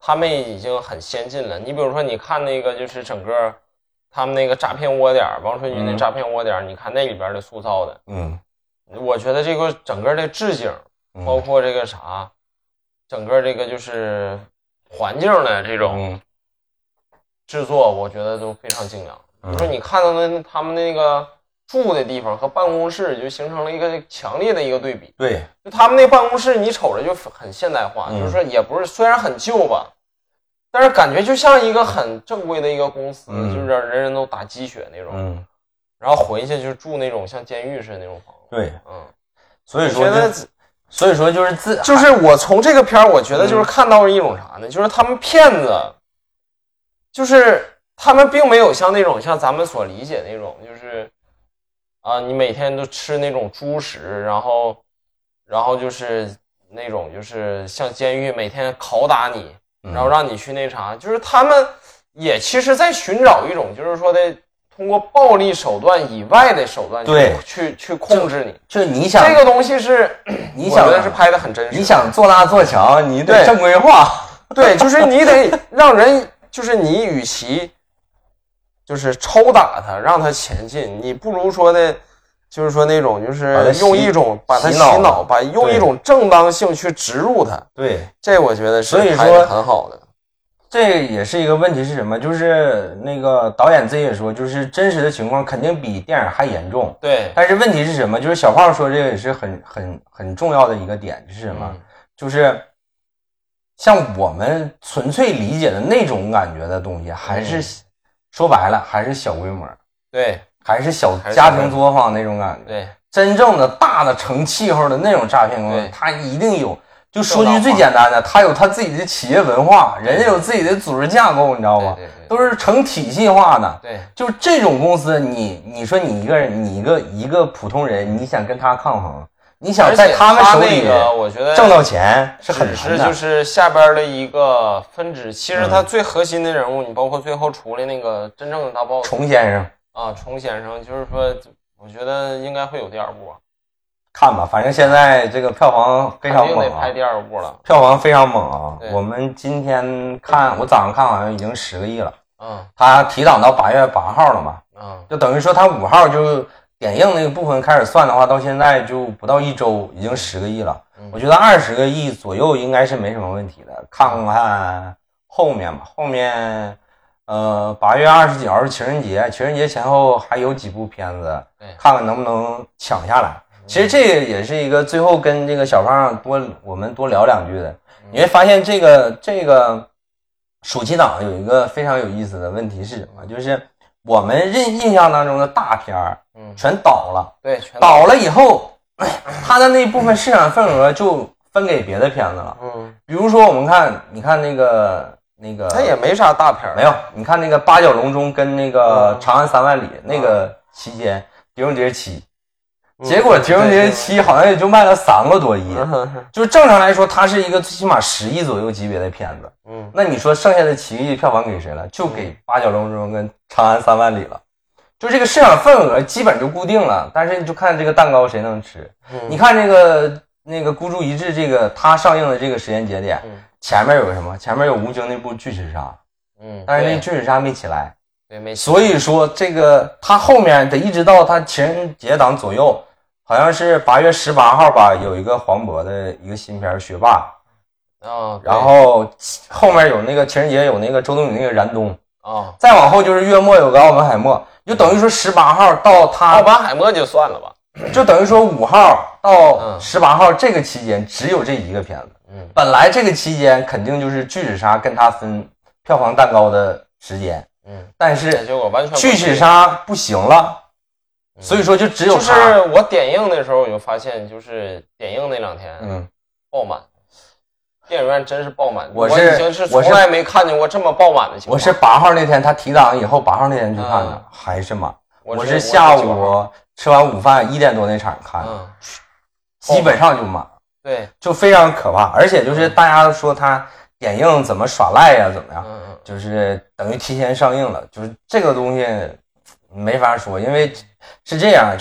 他们已经很先进了。你比如说，你看那个就是整个他们那个诈骗窝点，王春云那诈骗窝点，嗯、你看那里边的塑造的，嗯，我觉得这个整个的置景，包括这个啥，嗯、整个这个就是环境的这种制作，我觉得都非常精良。比如说你看到的他们那个住的地方和办公室，就形成了一个强烈的一个对比。 对， 就他们那办公室，你瞅着就很现代化， 嗯、 就是说也不是虽然很旧吧，但是感觉就像一个很正规的一个公司，嗯、就是人人都打鸡血那种。嗯，然后回去就住那种像监狱似的那种房子。 对， 嗯， 所以说觉得，所以说就是自就是我从这个片儿，我觉得就是看到了一种啥呢？嗯、就是他们骗子，就是他们并没有像那种像咱们所理解那种，就是啊，你每天都吃那种猪食，然后，然后就是那种就是像监狱每天拷打你，然后让你去那啥，嗯、就是他们也其实在寻找一种，就是说的。通过暴力手段以外的手段对去去控制你， 就你想这个东西是， 你想我觉得是拍的很真实。 你想做大做强，你得正规化。 对，就是你得让人，就是你与其就是抽打他，让他前进，你不如说的，就是说那种就是用一种把他洗脑，把用一种正当性去植入他。 对， 这我觉得是拍的很好的。 这也是一个问题是什么？就是那个导演自己也说，就是真实的情况肯定比电影还严重。 对， 但是问题是什么？就是小胖说这个也是很很很重要的一个点，是什么？嗯、就是像我们纯粹理解的那种感觉的东西，还是、嗯、说白了还是小规模。 对， 还是小家庭作坊那种感觉。 对， 真正的大的成气候的那种诈骗公司，它一定有。就说句最简单的，他有他自己的企业文化，人家有自己的组织架构，你知道吗？ 对对对， 都是成体系化的。 对， 就这种公司，你你说你一个人，你一个一个普通人，你想跟他抗衡，你想在他们手里， 我觉得挣到钱是很难的。 只是就是下边的一个分支，其实他最核心的人物，嗯、你包括最后出来那个真正的大 boss 虫先生啊，虫先生，就是说，我觉得应该会有第二部啊。 看吧，反正现在这个票房非常猛、啊， 肯定得拍第二部了。 票房非常猛啊！我们今天看，我早上看好像已经十个亿了。嗯，他提档到八月八号了嘛。嗯，就等于说他五号就点映那个部分开始算的话，到现在就不到一周，已经十个亿了。嗯、我觉得二十个亿左右应该是没什么问题的。看看后面吧，后面呃八月二十几号是情人节，情人节前后还有几部片子，看看能不能抢下来。其实这个也是一个最后跟这个小胖多我们多聊两句的，你会发现这个这个暑期档有一个非常有意思的问题是什么？就是我们印印象当中的大片儿，嗯，全倒了， 对， 倒了以后，它的那部分市场份额就分给别的片子了，嗯，比如说我们看，你看那个那个， 它也没啥大片， 没有，你看那个八角笼中跟那个长安三万里、嗯、那个期间，《狄仁杰七》。结果《狄仁杰七》好像也就卖了三个多亿，就是正常来说，它是一个最起码十亿左右级别的片子。嗯，那你说剩下的七亿票房给谁了？就给《八角笼中》跟《长安三万里》了。就这个市场份额基本就固定了，但是你就看这个蛋糕谁能吃。嗯、你看这个那个《孤注一掷》这个它上映的这个时间节点，嗯、前面有个什么？前面有吴京那部《巨齿鲨》，嗯，但是那《巨齿鲨》没起来。 对，没起来。 所以说这个它后面得一直到它情人节档左右。好像是八月十八号吧，有一个黄渤的一个新片《学霸》 啊， 然后后面有那个情人节有那个周冬雨那个燃冬啊， 再往后就是月末有个奥本海默，就等于说十八号到他奥本海默就算了吧， 就等于说五号到十八号这个期间只有这一个片子。嗯，本来这个期间肯定就是巨齿鲨跟他分票房蛋糕的时间，嗯，但是巨齿鲨不行了。所以说就只有就是我点映的时候，我就发现就是点映那两天，嗯，爆满，电影院真是爆满。 我是已经是从来没看见过这么爆满的情况。 我是八号那天他提档以后，八号那天去看的，嗯、还是满。我是下午吃完午饭一点多那场看的，嗯、基本上就满。 对， 就非常可怕。而且就是大家说他点映怎么耍赖呀、啊，怎么样？嗯、就是等于提前上映了，就是这个东西没法说，因为。是这样，就是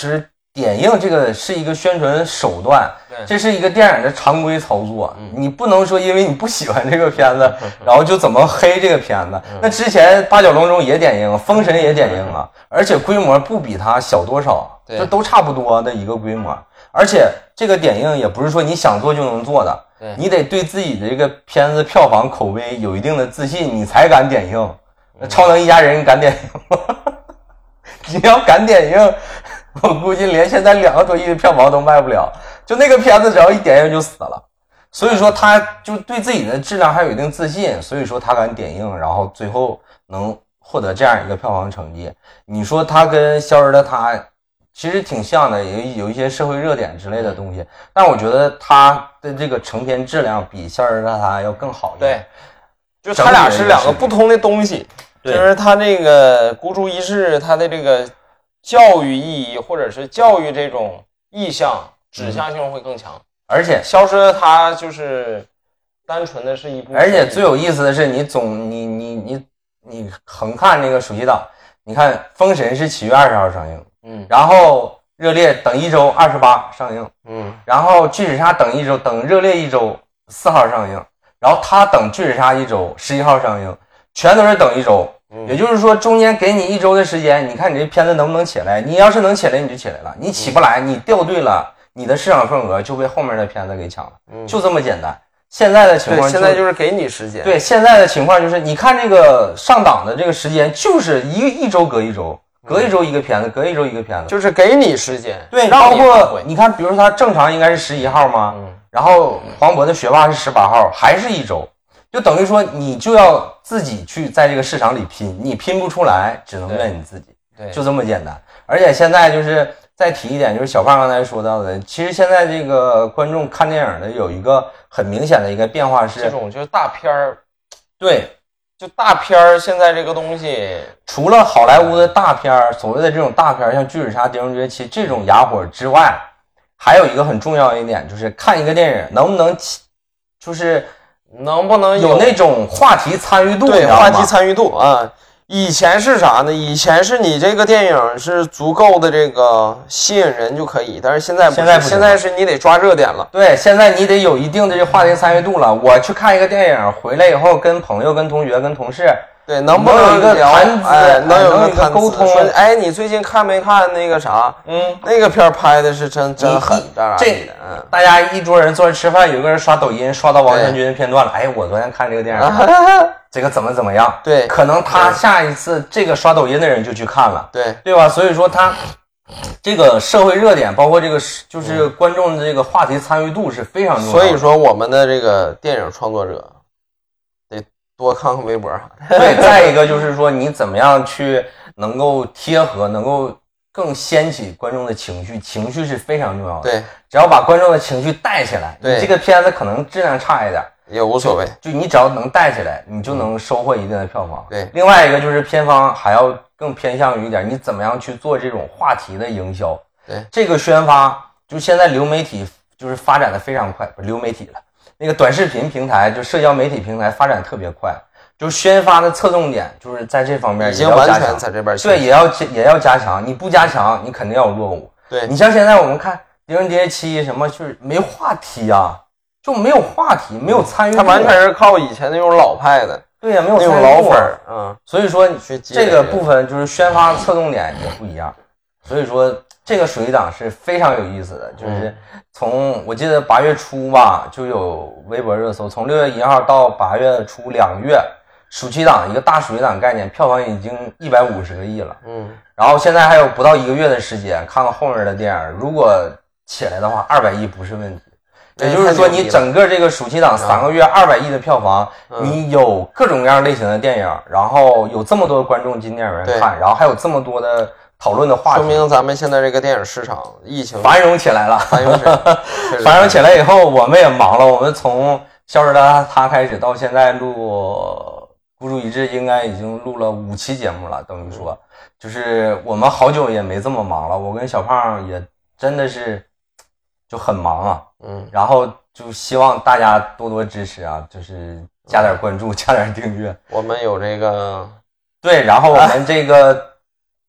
点映这个是一个宣传手段，这是一个电影的常规操作， 嗯、 你不能说因为你不喜欢这个片子，然后就怎么黑这个片子。那之前八角笼中也点映，封神也点映啊，而且规模不比它小多少，这都差不多的一个规模。而且这个点映也不是说你想做就能做的，你得对自己的这个片子票房口碑有一定的自信，你才敢点映。那超能一家人敢点映吗？你要敢点映，我估计连现在两个多亿的票房都卖不了。就那个片子只要一点映就死了，所以说他就对自己的质量还有一定自信，所以说他敢点映，然后最后能获得这样一个票房成绩。你说他跟消失的他其实挺像的，有有一些社会热点之类的东西，但我觉得他的这个成片质量比消失的他要更好一点。 对，就他俩是两个不同的东西。就是他这个孤注一掷，他的这个教育意义或者是教育这种意向指向性会更强，嗯、 而且消失的他就是单纯的是一部。 而且最有意思的是，你总你你你你横看那个暑期档，你看封神是七月二十号上映， 嗯， 然后热烈等一周二十八上映， 嗯， 然后巨齿鲨等一周，等热烈一周四号上映，然后他等巨齿鲨一周十一号上映。全都是等一周，也就是说中间给你一周的时间，你看你这片子能不能起来，你要是能起来你就起来了，你起不来你掉队了，你的市场份额就被后面的片子给抢了，就这么简单。现在的情况现在就是给你时间， 对，现在的情况就是你看这个上档的这个时间就是一一周隔一周，隔一周一个片子，隔一周一个片子， 就是给你时间。 对，包括你看比如说它正常应该是十一号嘛，然后黄渤的学霸是十八号，还是一周，就等于说你就要自己去在这个市场里拼，你拼不出来只能怨你自己， 对， 就这么简单。而且现在就是再提一点，就是小胖刚才说到的，其实现在这个观众看电影的有一个很明显的一个变化是， 这种就是大片儿， 对， 就大片儿现在这个东西， 除了好莱坞的大片儿，所谓的这种大片儿，像巨齿鲨、碟中谍七这种哑火之外，还有一个很重要的一点就是看一个电影能不能就是能不能有那种话题参与度， 对，话题参与度啊。以前是啥呢？以前是你这个电影是足够的这个吸引人就可以，但是现在不是， 现在不现在是你得抓热点了。 对，现在你得有一定的这话题参与度了。我去看一个电影，回来以后跟朋友、跟同学、跟同事， 对，能不能有一个谈资， 哎，能有一个沟通？ 说，哎，你最近看没看那个啥？ 嗯， 那个片拍的是真真狠， 这嗯，大家一桌人坐着吃饭，有个人刷抖音，刷到王全军的片段了。哎，我昨天看这个电影。这个怎么怎么样？ 对， 可能他下一次这个刷抖音的人就去看了， 对对吧？所以说他这个社会热点，包括这个就是观众的这个话题参与度是非常重要的。 所以说我们的这个电影创作者得多看看微博。 对，再一个就是说你怎么样去能够贴合，能够更掀起观众的情绪，情绪是非常重要的。 对， 只要把观众的情绪带起来， 对， 这个片子可能质量差一点。 也无所谓， 就你只要能带起来，你就能收获一定的票房。 对， 另外一个就是片方还要更偏向于一点，你怎么样去做这种话题的营销？ 对， 这个宣发，就现在流媒体就是发展的非常快，不是流媒体了，那个短视频平台，就社交媒体平台发展特别快，就是宣发的侧重点就是在这方面已经完全在这边， 对，也要也要加强，你不加强，你肯定要有落伍。 对， 你像现在我们看《碟中谍七》什么，就是没话题啊。就没有话题，没有参与， 他完全是靠以前那种老派的， 对呀、啊，没有那种老粉儿，嗯， 所以说这个部分就是宣发侧重点也不一样，所以说这个暑期档是非常有意思的，就是从我记得八月初吧就有微博热搜，从六月一号到八月初两个月，暑期档一个大暑期档概念，票房已经一百五十个亿了， 嗯， 然后现在还有不到一个月的时间，看看后面的电影，如果起来的话，二百亿不是问题。也就是说，你整个这个暑期档三个月二百亿的票房， 嗯、 你有各种各样类型的电影，然后有这么多观众进电影院看，然后还有这么多的讨论的话题， 说明咱们现在这个电影市场疫情繁荣起来了。 繁荣起来， 繁荣起来以后，我们也忙了。我们从消失的他开始到现在录孤注一掷，应该已经录了五期节目了。等于说，就是我们好久也没这么忙了。我跟小胖也真的是就很忙啊。 嗯， 然后就希望大家多多支持啊，就是加点关注，加点订阅。 我们有这个对，然后我们这个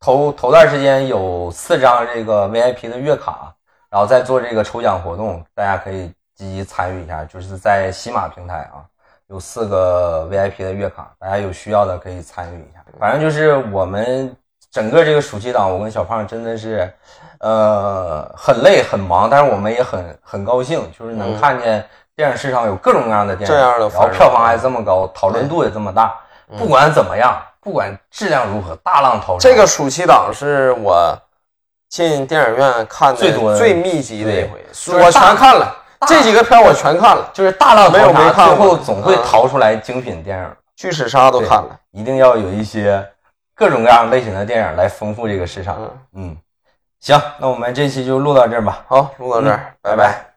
头头段时间有四张这个 V I P 的月卡，然后再做这个抽奖活动，大家可以积极参与一下，就是在喜马平台啊，有四个 V I P 的月卡，大家有需要的可以参与一下。反正就是我们整个这个暑期档，我跟小胖真的是呃很累很忙，但是我们也很很高兴，就是能看见电影市场有各种各样的电影， 这样的， 然后票房还这么高，讨论度也这么大，不管怎么样。不管质量如何，大浪淘沙。 这个暑期档是我进电影院看的最多最密集的一回，我全看了，这几个片我全看了， 就是大浪淘沙， 没有没看最后总会淘出来精品电影。嗯、 巨齿鲨都看了， 一定要有一些各种各样类型的电影来丰富这个市场。嗯，嗯行，那我们这期就录到这儿吧。 好，录到这儿，嗯、拜拜。拜拜。